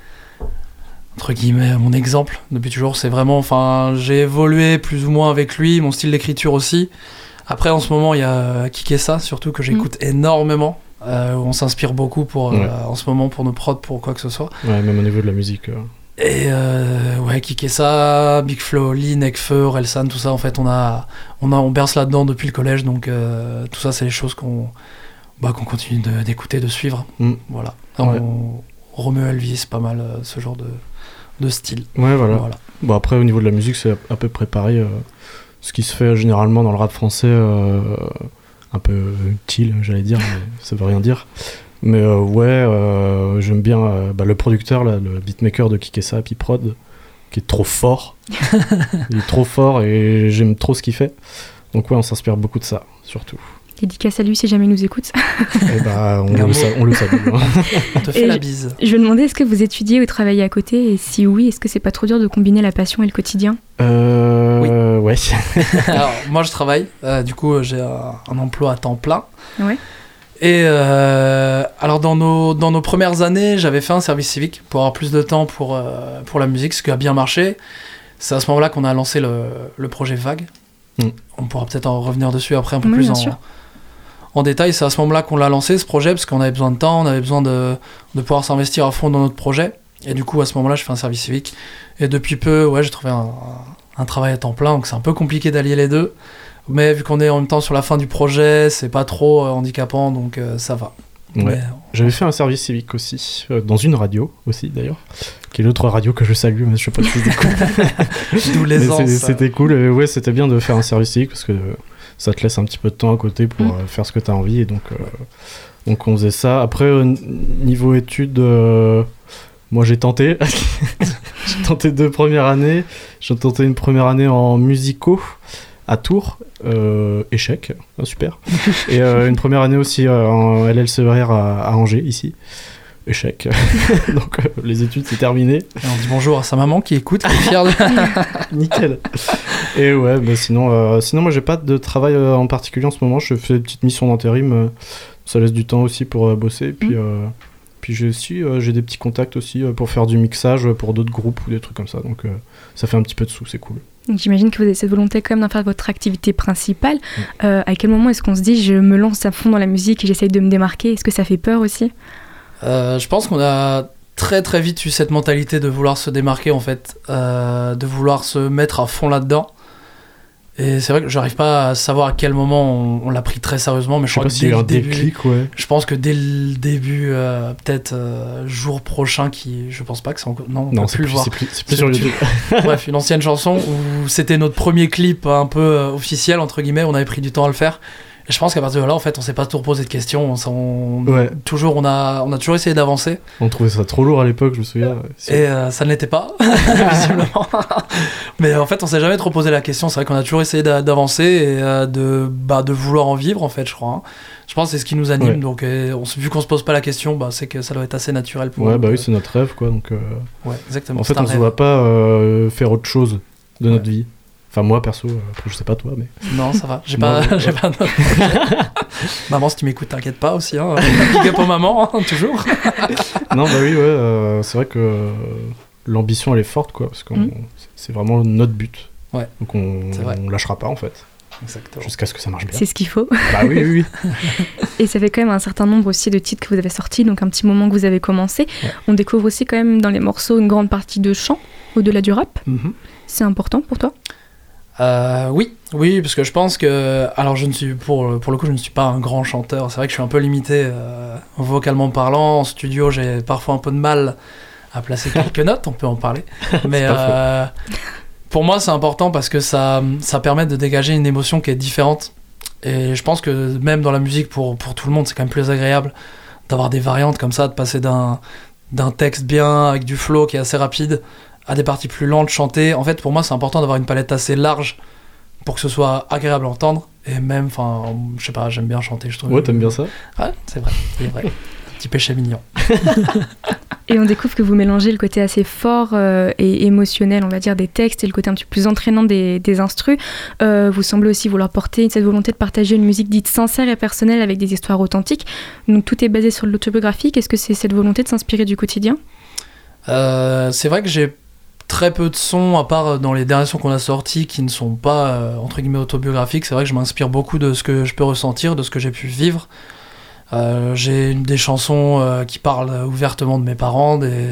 entre guillemets, mon exemple depuis toujours. C'est vraiment, enfin, j'ai évolué plus ou moins avec lui, mon style d'écriture aussi. Après, en ce moment, il y a Kikessa, surtout, que j'écoute mmh. énormément. Euh, on s'inspire beaucoup pour, ouais. euh, en ce moment pour nos prods, pour quoi que ce soit. Ouais, même au niveau de la musique. Euh... Et euh, ouais, Kikessa, Big Flo, Lee, Nekfeu, Relsan, tout ça, en fait, on, a, on, a, on berce là-dedans depuis le collège. Donc, euh, tout ça, c'est les choses qu'on, bah, qu'on continue de, d'écouter, de suivre. Mmh. Voilà. Ouais. On, Romeo Elvis, pas mal, euh, ce genre de... de style. Ouais, voilà. voilà. Bon, après, au niveau de la musique, c'est à peu près pareil. Euh, ce qui se fait généralement dans le rap français, euh, un peu chill, j'allais dire, mais ça veut rien dire. Mais euh, ouais, euh, j'aime bien euh, bah, le producteur, là, le beatmaker de Kikessa, Piprod, qui est trop fort. Il est trop fort et j'aime trop ce qu'il fait. Donc ouais, on s'inspire beaucoup de ça, surtout. Dédicace à lui si jamais il nous écoute. Eh bah, on, le sa- on le salue. On te fait et la bise. Je, je me demandais, est-ce que vous étudiez ou travaillez à côté ? Et si oui, est-ce que c'est pas trop dur de combiner la passion et le quotidien ? Euh... Oui. Ouais. Alors, moi, je travaille. Euh, du coup, j'ai un, un emploi à temps plein. Ouais. Et euh, alors, dans nos, dans nos premières années, j'avais fait un service civique pour avoir plus de temps pour, euh, pour la musique, ce qui a bien marché. C'est à ce moment-là qu'on a lancé le, le projet Vague. Mm. On pourra peut-être en revenir dessus après un peu oui, plus bien en... sûr. en détail. C'est à ce moment-là qu'on l'a lancé, ce projet, parce qu'on avait besoin de temps, on avait besoin de, de pouvoir s'investir à fond dans notre projet. Et du coup, à ce moment-là, je fais un service civique. Et depuis peu, ouais, j'ai trouvé un, un travail à temps plein, donc c'est un peu compliqué d'allier les deux. Mais vu qu'on est en même temps sur la fin du projet, c'est pas trop euh, handicapant, donc euh, ça va. Ouais. Mais, J'avais fait un service civique aussi, euh, dans une radio aussi d'ailleurs, qui est l'autre radio que je salue, mais je sais pas si c'est D'où l'aisance. C'était cool, et ouais, c'était bien de faire un service civique parce que euh, ça te laisse un petit peu de temps à côté pour mm. euh, faire ce que tu as envie, et donc, euh, donc on faisait ça. Après, euh, niveau études, euh, moi j'ai tenté, j'ai tenté deux premières années, j'ai tenté une première année en musicaux à Tours, euh, échec, ah, super. Et euh, une première année aussi euh, en L L C E R à, à Angers, ici, échec. Donc euh, les études c'est terminé. Et on dit bonjour à sa maman qui écoute, qui est fière de... Nickel. Et ouais, bah sinon, euh, sinon moi j'ai pas de travail euh, en particulier en ce moment, je fais des petites missions d'intérim, euh, ça laisse du temps aussi pour euh, bosser, et puis... Euh, Puis j'ai aussi euh, j'ai des petits contacts aussi euh, pour faire du mixage pour d'autres groupes ou des trucs comme ça. Donc euh, ça fait un petit peu de sous, c'est cool. Donc, j'imagine que vous avez cette volonté quand même d'en faire votre activité principale. Mmh. Euh, à quel moment est-ce qu'on se dit je me lance à fond dans la musique et j'essaye de me démarquer ? Est-ce que ça fait peur aussi ? euh, Je pense qu'on a très très vite eu cette mentalité de vouloir se démarquer en fait, euh, de vouloir se mettre à fond là-dedans. Et c'est vrai que j'arrive pas à savoir à quel moment on, on l'a pris très sérieusement, mais je, je crois que dès le début, déclic, ouais. je pense que dès le début, euh, peut-être euh, jour prochain, qui, je pense pas que c'est encore, non, on non, peut plus le voir. C'est plus, c'est plus sur YouTube. Bref, une ancienne chanson où c'était notre premier clip un peu euh, officiel entre guillemets, on avait pris du temps à le faire. Et je pense qu'à partir de là, en fait, on s'est pas trop posé de questions. On, on, ouais. toujours, on a, on a toujours essayé d'avancer. On trouvait ça trop lourd à l'époque, je me souviens. Et euh, ça ne l'était pas, visiblement. Mais en fait, on s'est jamais trop posé la question. C'est vrai qu'on a toujours essayé d'avancer et euh, de, bah, de vouloir en vivre, en fait, je crois. Hein. Je pense que c'est ce qui nous anime. Ouais. Donc, euh, on, vu qu'on se pose pas la question, bah, c'est que ça doit être assez naturel pour Ouais, nous. bah euh... oui, c'est notre rêve, quoi. Donc, euh... ouais, exactement. En fait, on se voit pas euh, faire autre chose de notre ouais. vie. Enfin, moi, perso, après, je sais pas toi, mais... Non, ça va, j'ai pas, ouais. j'ai pas d'autre projet. Maman, si tu m'écoutes, t'inquiète pas aussi, hein. Big up aux mamans, hein, toujours. Non, bah oui, ouais, euh, c'est vrai que l'ambition, elle est forte, quoi, parce que mm. c'est vraiment notre but. Ouais. Donc, on, on lâchera pas, en fait. Exactement. Jusqu'à ce que ça marche bien. C'est ce qu'il faut. Bah oui, oui, oui. Et ça fait quand même un certain nombre aussi de titres que vous avez sortis, donc un petit moment que vous avez commencé. Ouais. On découvre aussi quand même dans les morceaux une grande partie de chant, au-delà du rap. Mm-hmm. C'est important pour toi ? Euh, oui, oui, parce que je pense que, alors je ne suis pour pour le coup, je ne suis pas un grand chanteur. C'est vrai que je suis un peu limité euh, vocalement parlant. En studio, j'ai parfois un peu de mal à placer quelques notes. On peut en parler, mais euh, pour moi, c'est important parce que ça ça permet de dégager une émotion qui est différente. Et je pense que même dans la musique, pour pour tout le monde, c'est quand même plus agréable d'avoir des variantes comme ça, de passer d'un d'un texte bien avec du flow qui est assez rapide à des parties plus lentes chantées. En fait, pour moi, c'est important d'avoir une palette assez large pour que ce soit agréable à entendre. Et même, enfin, je sais pas, j'aime bien chanter, je trouve. Ouais, t'aimes bien ça ? Ouais, c'est vrai, c'est vrai. Petit péché mignon. Et on découvre que vous mélangez le côté assez fort euh, et émotionnel, on va dire, des textes et le côté un petit peu plus entraînant des, des instrus. Euh, vous semblez aussi vouloir porter cette volonté de partager une musique dite sincère et personnelle avec des histoires authentiques. Donc tout est basé sur l'autobiographie. Est-ce que c'est cette volonté de s'inspirer du quotidien ? euh, C'est vrai que j'ai très peu de sons, à part dans les derniers sons qu'on a sortis, qui ne sont pas, euh, entre guillemets, autobiographiques. C'est vrai que je m'inspire beaucoup de ce que je peux ressentir, de ce que j'ai pu vivre. Euh, j'ai des chansons euh, qui parlent ouvertement de mes parents. Des...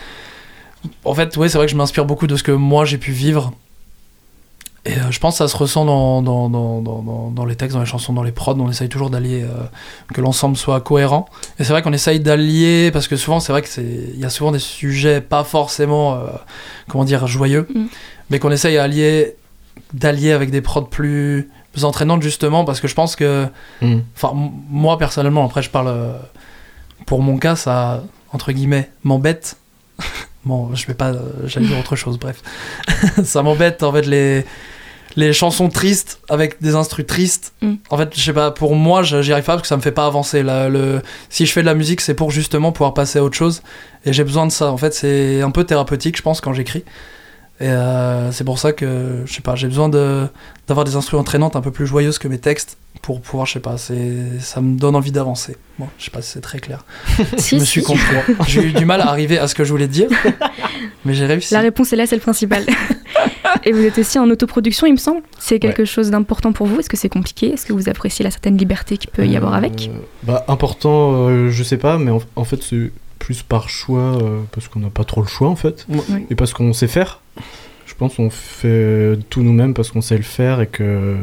En fait, ouais, c'est vrai que je m'inspire beaucoup de ce que moi j'ai pu vivre. Et euh, je pense que ça se ressent dans, dans, dans, dans, dans les textes, dans les chansons, dans les prods. On essaye toujours d'allier, euh, que l'ensemble soit cohérent. Et c'est vrai qu'on essaye d'allier, parce que souvent, c'est vrai qu'il y a souvent des sujets pas forcément, euh, comment dire, joyeux, mm. mais qu'on essaye d'allier, d'allier avec des prods plus, plus entraînantes, justement, parce que je pense que, enfin, mm. moi, personnellement, après, je parle, euh, pour mon cas, ça, entre guillemets, m'embête. Bon, je vais pas, euh, j'allais dire autre chose, bref. Ça m'embête, en fait, les, les chansons tristes avec des instrus tristes. Mm. En fait, je sais pas, pour moi, j'y arrive pas parce que ça me fait pas avancer. Là, le, si je fais de la musique, c'est pour justement pouvoir passer à autre chose. Et j'ai besoin de ça. En fait, c'est un peu thérapeutique, je pense, quand j'écris. Et euh, c'est pour ça que, je sais pas, j'ai besoin de, d'avoir des instruments entraînantes un peu plus joyeuses que mes textes pour pouvoir, je sais pas, c'est, ça me donne envie d'avancer. Bon, je sais pas si c'est très clair. Si, je me suis si. compris. J'ai eu du mal à arriver à ce que je voulais dire, mais j'ai réussi. La réponse est là, c'est le principal. Et vous êtes aussi en autoproduction, il me semble. C'est quelque Ouais. chose d'important pour vous. Est-ce que c'est compliqué? Est-ce que vous appréciez la certaine liberté qu'il peut y avoir avec? Euh, Bah, important, euh, je sais pas, mais en, en fait, c'est plus par choix, euh, parce qu'on n'a pas trop le choix, en fait. Oui. Et parce qu'on sait faire. Je pense qu'on fait tout nous-mêmes parce qu'on sait le faire et que,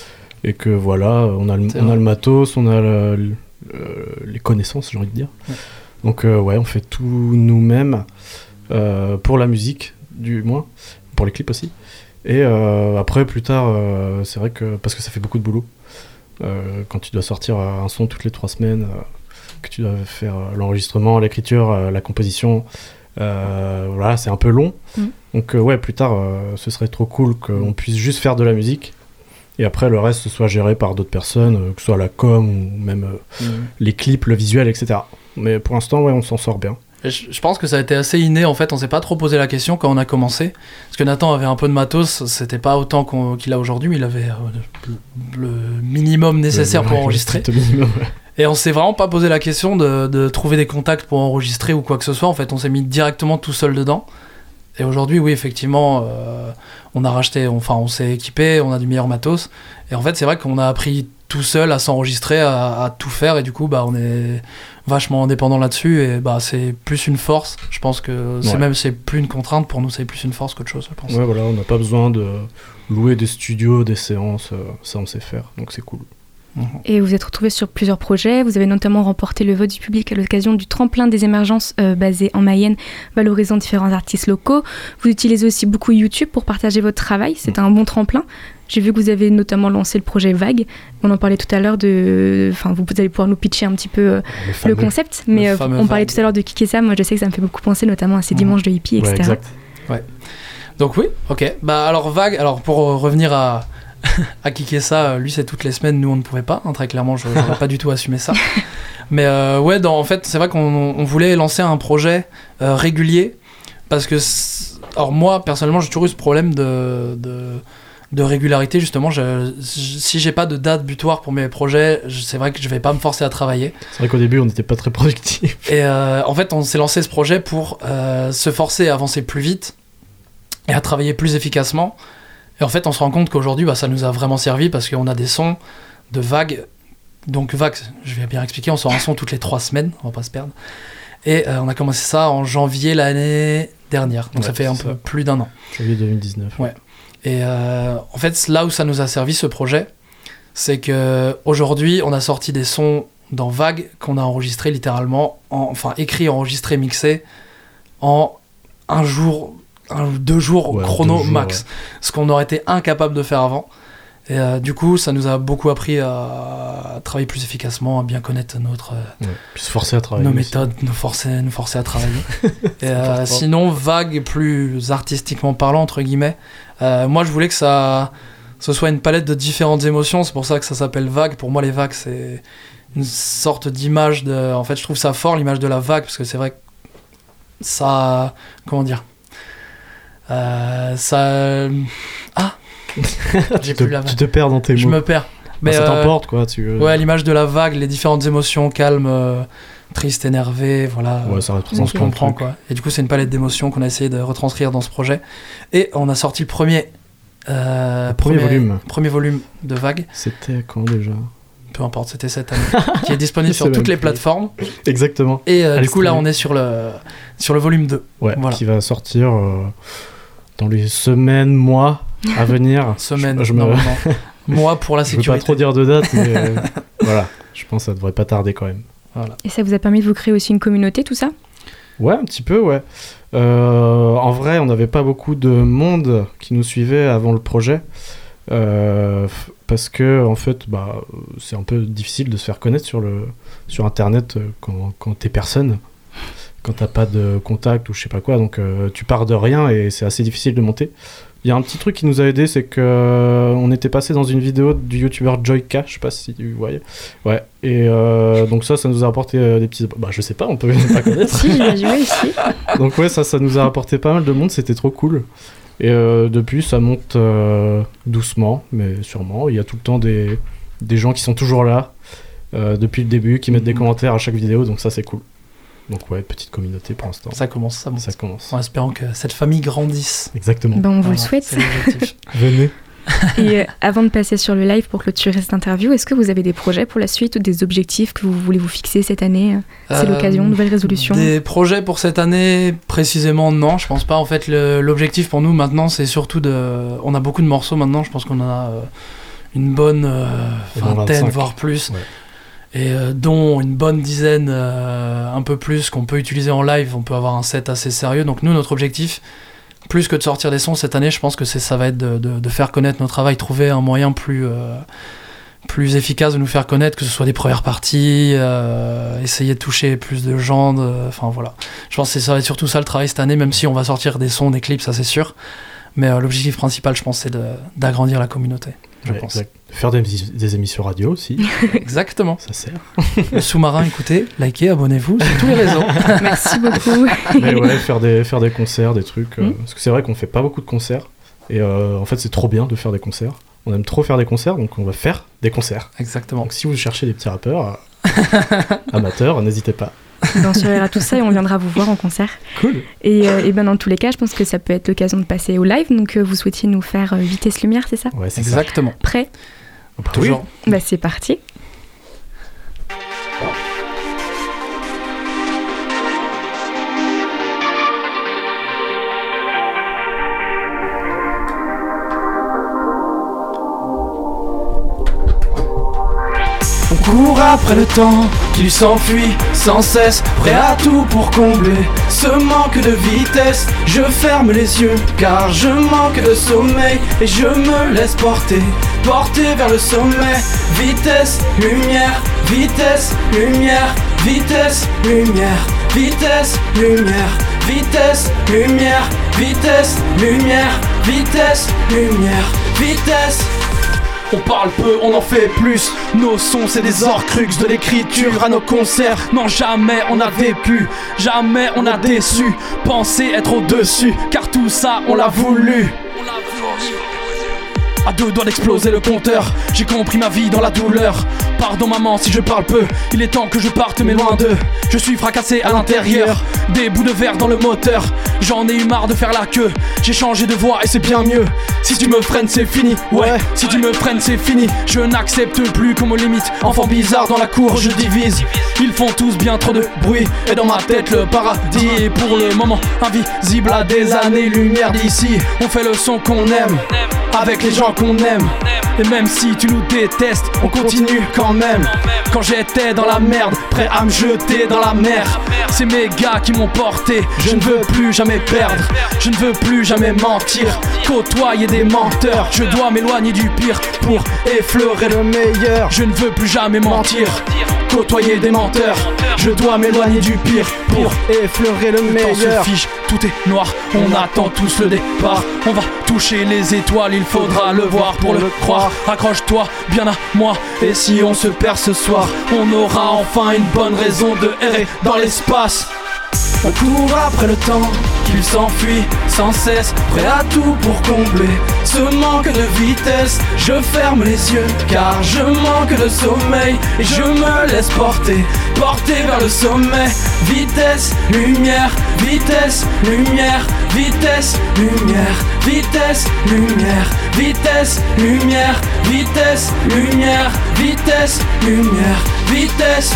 et que voilà, on a le, C'est on a vrai. le matos, on a le- le- les connaissances, j'ai envie de dire. Ouais. Donc, euh, ouais, on fait tout nous-mêmes, euh, pour la musique, du moins, pour les clips aussi. Et euh, après, plus tard, euh, c'est vrai que, parce que ça fait beaucoup de boulot, euh, quand tu dois sortir un son toutes les trois semaines, euh, que tu dois faire euh, l'enregistrement, l'écriture, euh, la composition, euh, voilà, c'est un peu long. Mm. Donc, euh, ouais, plus tard, euh, ce serait trop cool qu'on puisse juste faire de la musique. Et après, le reste, ce soit géré par d'autres personnes, euh, que ce soit la com ou même euh, Mm. les clips, le visuel, et cetera. Mais pour l'instant, ouais, on s'en sort bien. Et Je, je pense que ça a été assez inné en fait, on s'est pas trop posé la question quand on a commencé. Parce que Nathan avait un peu de matos, c'était pas autant qu'on- qu'il a aujourd'hui, mais il avait euh, le, le minimum nécessaire Le- pour ouais, le enregistrer. strict minimum, ouais. Et on s'est vraiment pas posé la question de, de trouver des contacts pour enregistrer ou quoi que ce soit. En fait, on s'est mis directement tout seul dedans. Et aujourd'hui, oui, effectivement, euh, on a racheté, enfin, on s'est équipé, on a du meilleur matos. Et en fait, c'est vrai qu'on a appris tout seul à s'enregistrer, à, à tout faire. Et du coup, bah, on est vachement indépendant là-dessus. Et bah, c'est plus une force. Je pense que c'est Ouais. même c'est plus une contrainte pour nous, c'est plus une force qu'autre chose, je pense. Ouais, voilà, on n'a pas besoin de louer des studios, des séances, euh, ça on sait faire, donc c'est cool. Et vous êtes retrouvé sur plusieurs projets. Vous avez notamment remporté le vote du public à l'occasion du tremplin des émergences euh, basé en Mayenne, valorisant différents artistes locaux. Vous utilisez aussi beaucoup YouTube pour partager votre travail. C'est un bon tremplin. J'ai vu que vous avez notamment lancé le projet Vague. On en parlait tout à l'heure de... Enfin, vous allez pouvoir nous pitcher un petit peu euh, Le le, fameux- concept. le Mais euh, fameux on parlait Vague. tout à l'heure de Kikessa. Moi, je sais que ça me fait beaucoup penser notamment à ces Mhm. dimanches de hippie, et Ouais, cetera. exact. Ouais. Donc oui, ok. Bah alors Vague, alors pour euh, revenir à à kicker ça, euh, lui c'est toutes les semaines, nous on ne pouvait pas, hein, très clairement, je n'aurais pas du tout assumé ça. Mais euh, ouais, dans, en fait, c'est vrai qu'on on voulait lancer un projet euh, régulier, parce que, c'est- alors moi personnellement, j'ai toujours eu ce problème de, de, de régularité, justement. Je, je- si j'ai pas de date butoir pour mes projets, je- c'est vrai que je vais pas me forcer à travailler. C'est vrai qu'au début on n'était pas très productifs. Et euh, en fait, on s'est lancé ce projet pour euh, se forcer à avancer plus vite et à travailler plus efficacement. Et en fait, on se rend compte qu'aujourd'hui, bah, ça nous a vraiment servi parce qu'on a des sons de Vague. Donc Vague, je vais bien expliquer, on sort un son toutes les trois semaines, on va pas se perdre. Et euh, on a commencé ça en janvier l'année dernière. Donc Ouais, ça fait un c'est peu ça. plus d'un an. Janvier deux mille dix-neuf. Ouais. Et euh, en fait, là où ça nous a servi ce projet, c'est que aujourd'hui, on a sorti des sons dans Vague qu'on a enregistrés littéralement, en, enfin écrit, enregistré, mixé en un jour, un ou deux jours Ouais, chrono deux jours, max, ouais. ce qu'on aurait été incapable de faire avant. Et euh, du coup, ça nous a beaucoup appris à travailler plus efficacement, à bien connaître notre, euh, Ouais. Puis se forcer à travailler. nos aussi. méthodes, nous forcer, nous forcer à travailler. Et, euh, important. sinon, Vague, plus artistiquement parlant, entre guillemets, euh, moi je voulais que ça ce soit une palette de différentes émotions, c'est pour ça que ça s'appelle Vague. Pour moi, les vagues, c'est une sorte d'image de. En fait, je trouve ça fort, l'image de la vague, parce que c'est vrai que ça. Comment dire euh, Ça. Ah J'ai tu, te, plus la tu te perds dans tes Je mots. me perds. Bah, ça euh, t'emporte quoi. Tu... Ouais, l'image de la vague, les différentes émotions, calme, euh, triste, énervé, voilà. Ouais, ça représente On se plein de comprend trucs. quoi. Et du coup, c'est une palette d'émotions qu'on a essayé de retranscrire dans ce projet. Et on a sorti le premier. Euh, Le premier volume. Premier volume de Vague. C'était quand déjà? Peu importe, c'était cette année. Qui est disponible Je sur sais toutes même les plus. plateformes. Exactement. Et euh, Allez, du coup, là, streamer. on est sur le, sur le volume deux. Ouais, Voilà. qui va sortir euh, dans les semaines, mois à venir. Semaine, je, je me... normalement. Moi, pour la Je veux sécurité. pas trop dire de date, mais euh, voilà. Je pense que ça devrait pas tarder quand même. Voilà. Et ça vous a permis de vous créer aussi une communauté, tout ça? Ouais, un petit peu, ouais. Euh, en vrai, on n'avait pas beaucoup de monde qui nous suivait avant le projet. Euh, f- parce que, en fait, bah, c'est un peu difficile de se faire connaître sur, le, sur Internet euh, quand, quand t'es personne. Quand t'as pas de contact ou je sais pas quoi. Donc, euh, tu pars de rien et c'est assez difficile de monter. Il y a un petit truc qui nous a aidé, c'est que euh, on était passé dans une vidéo du youtubeur Joyka, je sais pas si tu voyais. Ouais. Et euh, donc ça, ça nous a apporté euh, des petits. Bah je sais pas, on peut pas connaître. Si, j'imagine, si. Donc ouais, ça, ça nous a apporté pas mal de monde, c'était trop cool. Et euh, depuis, ça monte euh, doucement, mais sûrement. Il y a tout le temps des, des gens qui sont toujours là euh, depuis le début, qui mettent des commentaires à chaque vidéo, donc ça c'est cool. Donc ouais, petite communauté pour l'instant. Ça commence, ça, ça commence. En espérant que cette famille grandisse. Exactement. Ben, on vous voilà, le souhaite. C'est l'objectif. Venez. Et euh, avant de passer sur le live pour clôturer cette interview, est-ce que vous avez des projets pour la suite ou des objectifs que vous voulez vous fixer cette année ? C'est Euh, l'occasion, nouvelle résolution ? Des projets pour cette année, précisément, non, je pense pas. En fait, le- l'objectif pour nous maintenant, c'est surtout de. On a beaucoup de morceaux maintenant, je pense qu'on a euh, une bonne euh, vingtaine, vingt-cinq. voire plus. Ouais. Et euh, dont une bonne dizaine, euh, un peu plus, qu'on peut utiliser en live. On peut avoir un set assez sérieux. Donc, nous, notre objectif, plus que de sortir des sons cette année, je pense que c'est, ça va être de, de, de faire connaître nos travail, trouver un moyen plus, euh, plus efficace de nous faire connaître, que ce soit des premières parties, euh, essayer de toucher plus de gens. de- Enfin voilà. Je pense que ça va être surtout ça le travail cette année, même si on va sortir des sons, des clips, ça c'est sûr. Mais euh, l'objectif principal, je pense, c'est de, d'agrandir la communauté. Je Ouais, pense. exact. Faire des, des émissions radio aussi. Exactement. Ça sert. Le sous-marin, écoutez, likez, abonnez-vous sur tous les réseaux. Merci beaucoup. Mais ouais, faire des, faire des concerts, des trucs. euh, Mm. Parce que c'est vrai qu'on fait pas beaucoup de concerts. Et euh, en fait, c'est trop bien de faire des concerts. On aime trop faire des concerts, donc on va faire des concerts. Exactement. Donc si vous cherchez des petits rappeurs euh, amateurs, n'hésitez pas. Ben, on surveillera tout ça et on viendra vous voir en concert. Cool. Et, euh, et ben dans tous les cas, je pense que ça peut être l'occasion de passer au live. Donc euh, vous souhaitiez nous faire euh, Vitesse Lumière, c'est ça ? Ouais, c'est Exactement. Prêt ? ça. Toujours. Bah c'est parti. On court après le temps qui s'enfuit sans cesse, prêt à tout pour combler ce manque de vitesse. Je ferme les yeux car je manque de sommeil et je me laisse porter, porter vers le sommet. Vitesse, lumière, vitesse, lumière, vitesse, lumière, vitesse, lumière, vitesse, lumière, vitesse, lumière, vitesse, lumière, vitesse. On parle peu, on en fait plus. Nos sons c'est des horcruxes de l'écriture à nos concerts. Non jamais on a vécu, jamais on a déçu. Penser être au-dessus, car tout ça on l'a voulu. À deux doigts d'exploser le compteur, j'ai compris ma vie dans la douleur. Pardon maman si je parle peu, il est temps que je parte mais loin d'eux. Je suis fracassé à l'intérieur, des bouts de verre dans le moteur. J'en ai eu marre de faire la queue, j'ai changé de voie et c'est bien mieux. Si tu me freines c'est fini, ouais, si tu me freines c'est fini. Je n'accepte plus qu'on me limite, enfant bizarre dans la cour je divise. Ils font tous bien trop de bruit et dans ma tête le paradis est pour le moment invisible à des années-lumière d'ici. On fait le son qu'on aime, avec les gens qu'on aime. Et même si tu nous détestes, on continue quand même. Quand j'étais dans la merde, prêt à me jeter dans la mer, c'est mes gars qui m'ont porté. Je ne veux plus jamais perdre, je ne veux plus jamais mentir, côtoyer des menteurs. Je dois m'éloigner du pire pour effleurer le meilleur. Je ne veux plus jamais mentir, côtoyer des menteurs. Je dois m'éloigner du pire pour effleurer le meilleur. Le temps se fiche, tout est noir, on attend tous le départ. On va toucher les étoiles, il faudra le voir pour le croire. Accroche-toi bien à moi, et si on se perd ce soir, on aura enfin une bonne raison de errer dans l'espace. On court après le temps, qu'il s'enfuit sans cesse, prêt à tout pour combler ce manque de vitesse. Je ferme les yeux car je manque de sommeil et je me laisse porter, porter vers le sommet. Vitesse, lumière, vitesse, lumière, vitesse, lumière, vitesse, lumière, vitesse, lumière, vitesse, lumière, vitesse, lumière, vitesse.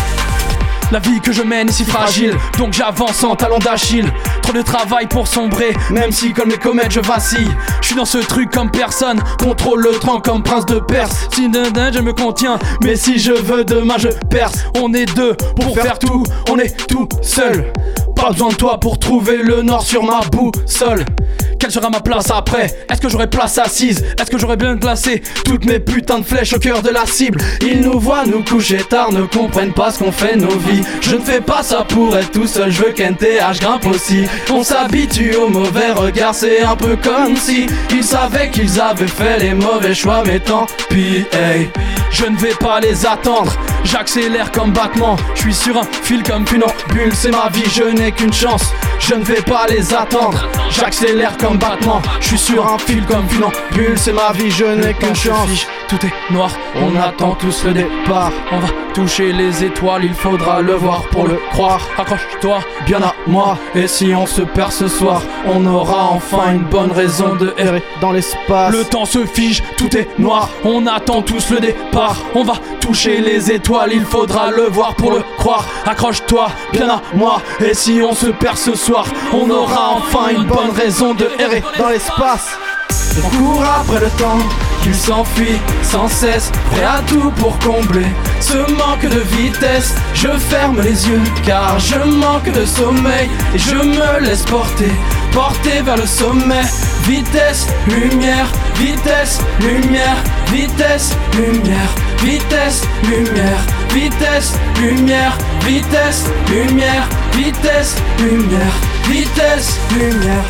La vie que je mène est si fragile, donc j'avance en talon d'Achille. Trop de travail pour sombrer, même si comme les comètes je vacille. Je suis dans ce truc comme personne, contrôle le train comme prince de Perse. Si d'un je me contiens, mais si je veux demain je perce. On est deux pour faire tout, on est tout seul. Pas besoin de toi pour trouver le nord sur ma boussole. Quelle sera ma place après? Est-ce que j'aurai place assise? Est-ce que j'aurai bien placé toutes mes putains de flèches au cœur de la cible? Ils nous voient nous coucher tard, ne comprennent pas ce qu'on fait nos vies. Je ne fais pas ça pour être tout seul, je veux qu'N T H grimpe aussi. On s'habitue au mauvais regard, c'est un peu comme si ils savaient qu'ils avaient fait les mauvais choix, mais tant pis, hey. Je ne vais pas les attendre, j'accélère comme battement. Je suis sur un fil comme funambule, c'est ma vie, je n'ai qu'une chance. Je ne vais pas les attendre, j'accélère comme battement. Je suis sur un fil comme funambule, c'est ma vie, je n'ai qu'une chance. tout est noir, on attend tous le départ. On va toucher les étoiles, il faudra le voir pour le croire. Accroche-toi bien à moi, et si on se perd ce soir, on aura enfin une bonne raison de errer dans l'espace. Le temps se fige, tout est noir, on attend tous le départ. On va toucher les étoiles, il faudra le voir pour le croire. Accroche-toi bien à moi, et si on se perd ce soir, on aura enfin une bonne raison de errer dans l'espace. On court après le temps, qu'il s'enfuit sans cesse, prêt à tout pour combler ce manque de vitesse. Je ferme les yeux car je manque de sommeil, et je me laisse porter, porter vers le sommet. Vitesse, lumière, vitesse, lumière, vitesse, lumière, vitesse, lumière, vitesse, lumière, vitesse, lumière, vitesse, lumière, vitesse, lumière.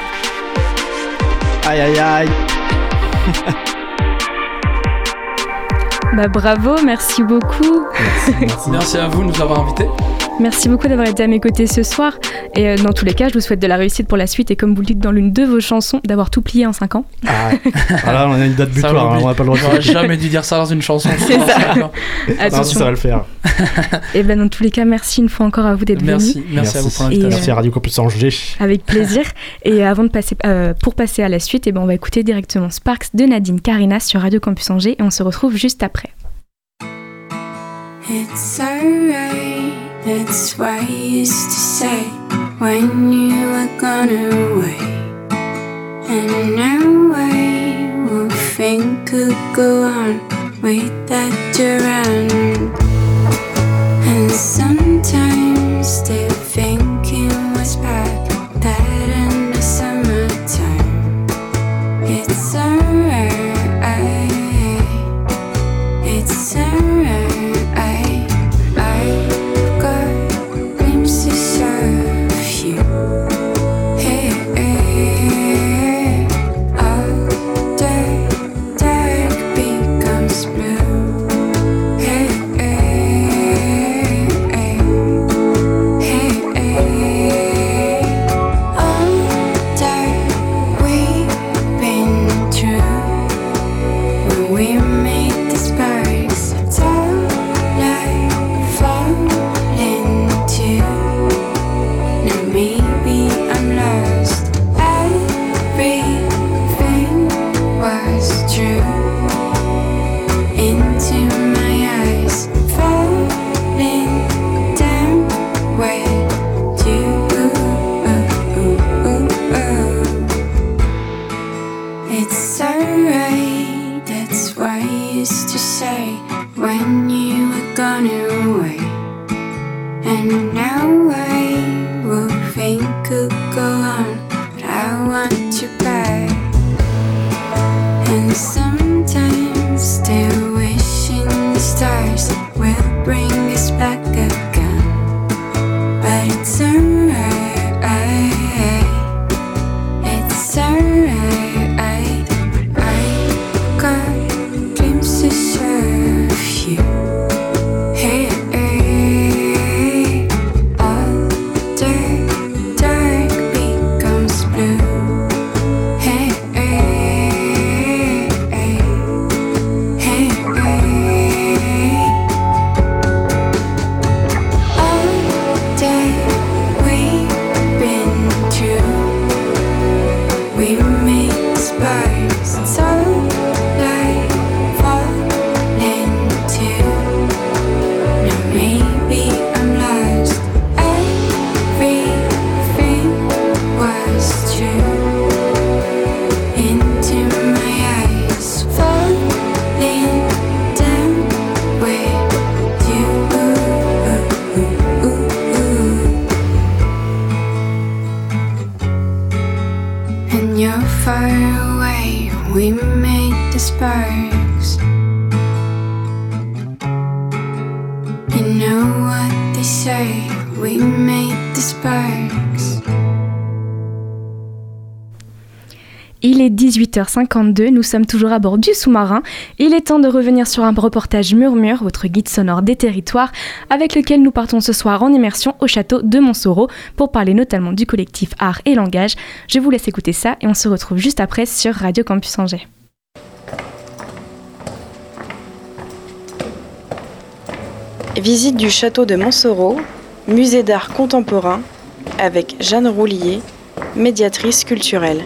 Aïe aïe aïe. Bah bravo, merci beaucoup. Merci, merci. Merci à vous de nous avoir invités. Merci beaucoup d'avoir été à mes côtés ce soir. Et euh, dans tous les cas, je vous souhaite de la réussite pour la suite. Et comme vous le dites dans l'une de vos chansons, d'avoir tout plié en cinq ans. Ah, voilà, on a une date butoir, hein, on n'a pas le droit de J'aurais jamais dû dire ça dans une chanson. C'est ça. Attention. Non, ça va le faire. Et bien dans tous les cas, merci une fois encore à vous d'être merci, venus. Merci, merci à vous pour l'invitation. Merci à Radio Campus Angers. Avec plaisir. Et avant de passer, euh, pour passer à la suite, et ben on va écouter directement Sparks de Nadine Karina sur Radio Campus Angers. Et on se retrouve juste après. It's alright, that's what I used to say when you were gone away. And now I will think could go on with that around. And sometimes still thinking was back that in the summertime. It's alright, it's alright. Il est dix-huit heures cinquante-deux, nous sommes toujours à bord du sous-marin. Il est temps de revenir sur un reportage Murmure, votre guide sonore des territoires, avec lequel nous partons ce soir en immersion au château de Montsoreau pour parler notamment du collectif Art et Langage. Je vous laisse écouter ça et on se retrouve juste après sur Radio Campus Angers. Visite du château de Montsoreau, musée d'art contemporain, avec Jeanne Roulier, médiatrice culturelle.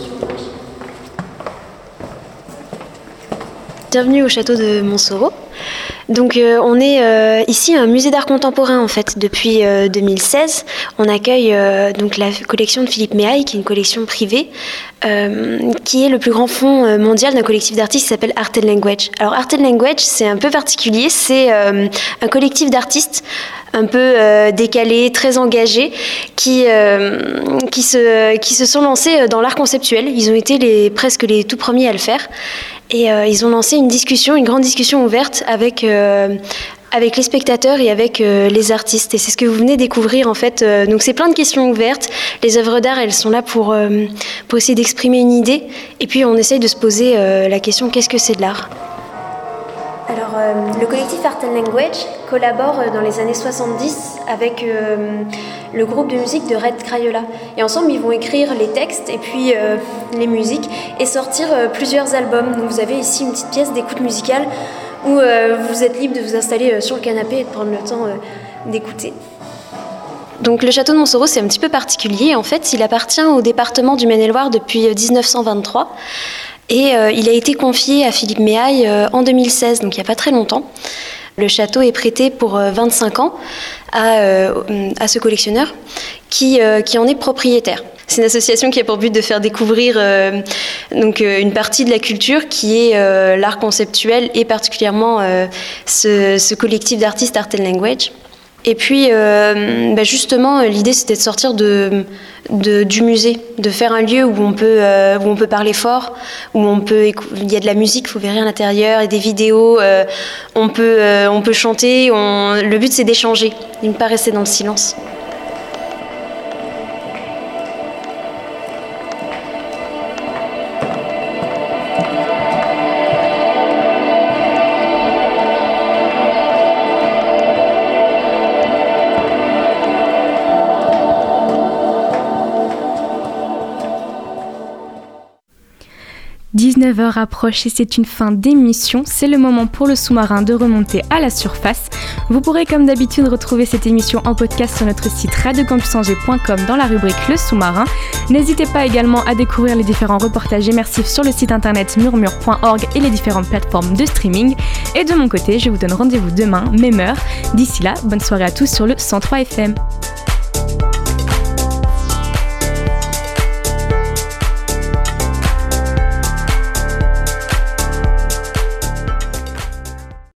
Bienvenue au château de Montsoreau. Donc euh, on est euh, ici un musée d'art contemporain en fait depuis euh, deux mille seize. On accueille euh, donc la collection de Philippe Méhaille, qui est une collection privée, euh, qui est le plus grand fonds mondial d'un collectif d'artistes qui s'appelle Art and Language. Alors Art and Language, c'est un peu particulier, c'est euh, un collectif d'artistes un peu euh, décalés, très engagés, qui euh, qui se qui se sont lancés dans l'art conceptuel. Ils ont été les presque les tout premiers à le faire. Et euh, ils ont lancé une discussion, une grande discussion ouverte avec, euh, avec les spectateurs et avec euh, les artistes. Et c'est ce que vous venez découvrir en fait. Euh, donc c'est plein de questions ouvertes. Les œuvres d'art, elles sont là pour, euh, pour essayer d'exprimer une idée. Et puis on essaye de se poser euh, la question, qu'est-ce que c'est de l'art ? Alors euh, le collectif Art and Language collabore dans les années soixante-dix avec euh, le groupe de musique de Red Crayola. Et ensemble, ils vont écrire les textes et puis euh, les musiques et sortir euh, plusieurs albums. Donc vous avez ici une petite pièce d'écoute musicale où euh, vous êtes libre de vous installer euh, sur le canapé et de prendre le temps euh, d'écouter. Donc le château de Montsoreau, c'est un petit peu particulier. En fait, il appartient au département du Maine-et-Loire depuis dix-neuf cent vingt-trois. Et euh, il a été confié à Philippe Méhaille euh, en deux mille seize, donc il n'y a pas très longtemps. Le château est prêté pour euh, vingt-cinq ans à, euh, à ce collectionneur qui, euh, qui en est propriétaire. C'est une association qui a pour but de faire découvrir euh, donc, euh, une partie de la culture qui est euh, l'art conceptuel et particulièrement euh, ce, ce collectif d'artistes Art and Language. Et puis, euh, bah justement, l'idée, c'était de sortir de, de, du musée, de faire un lieu où on peut, euh, où on peut parler fort, où on peut, il y a de la musique, vous verrez à l'intérieur, et des vidéos, euh, on peut, euh, on peut chanter. On, le but, c'est d'échanger, de ne pas rester dans le silence. dix-neuf heures approche et c'est une fin d'émission. C'est le moment pour le sous-marin de remonter à la surface. Vous pourrez comme d'habitude retrouver cette émission en podcast sur notre site radio campus angers point com dans la rubrique Le Sous-marin. N'hésitez pas également à découvrir les différents reportages immersifs sur le site internet murmure point org et les différentes plateformes de streaming. Et de mon côté, je vous donne rendez-vous demain, même heure. D'ici là, bonne soirée à tous sur le cent trois F M.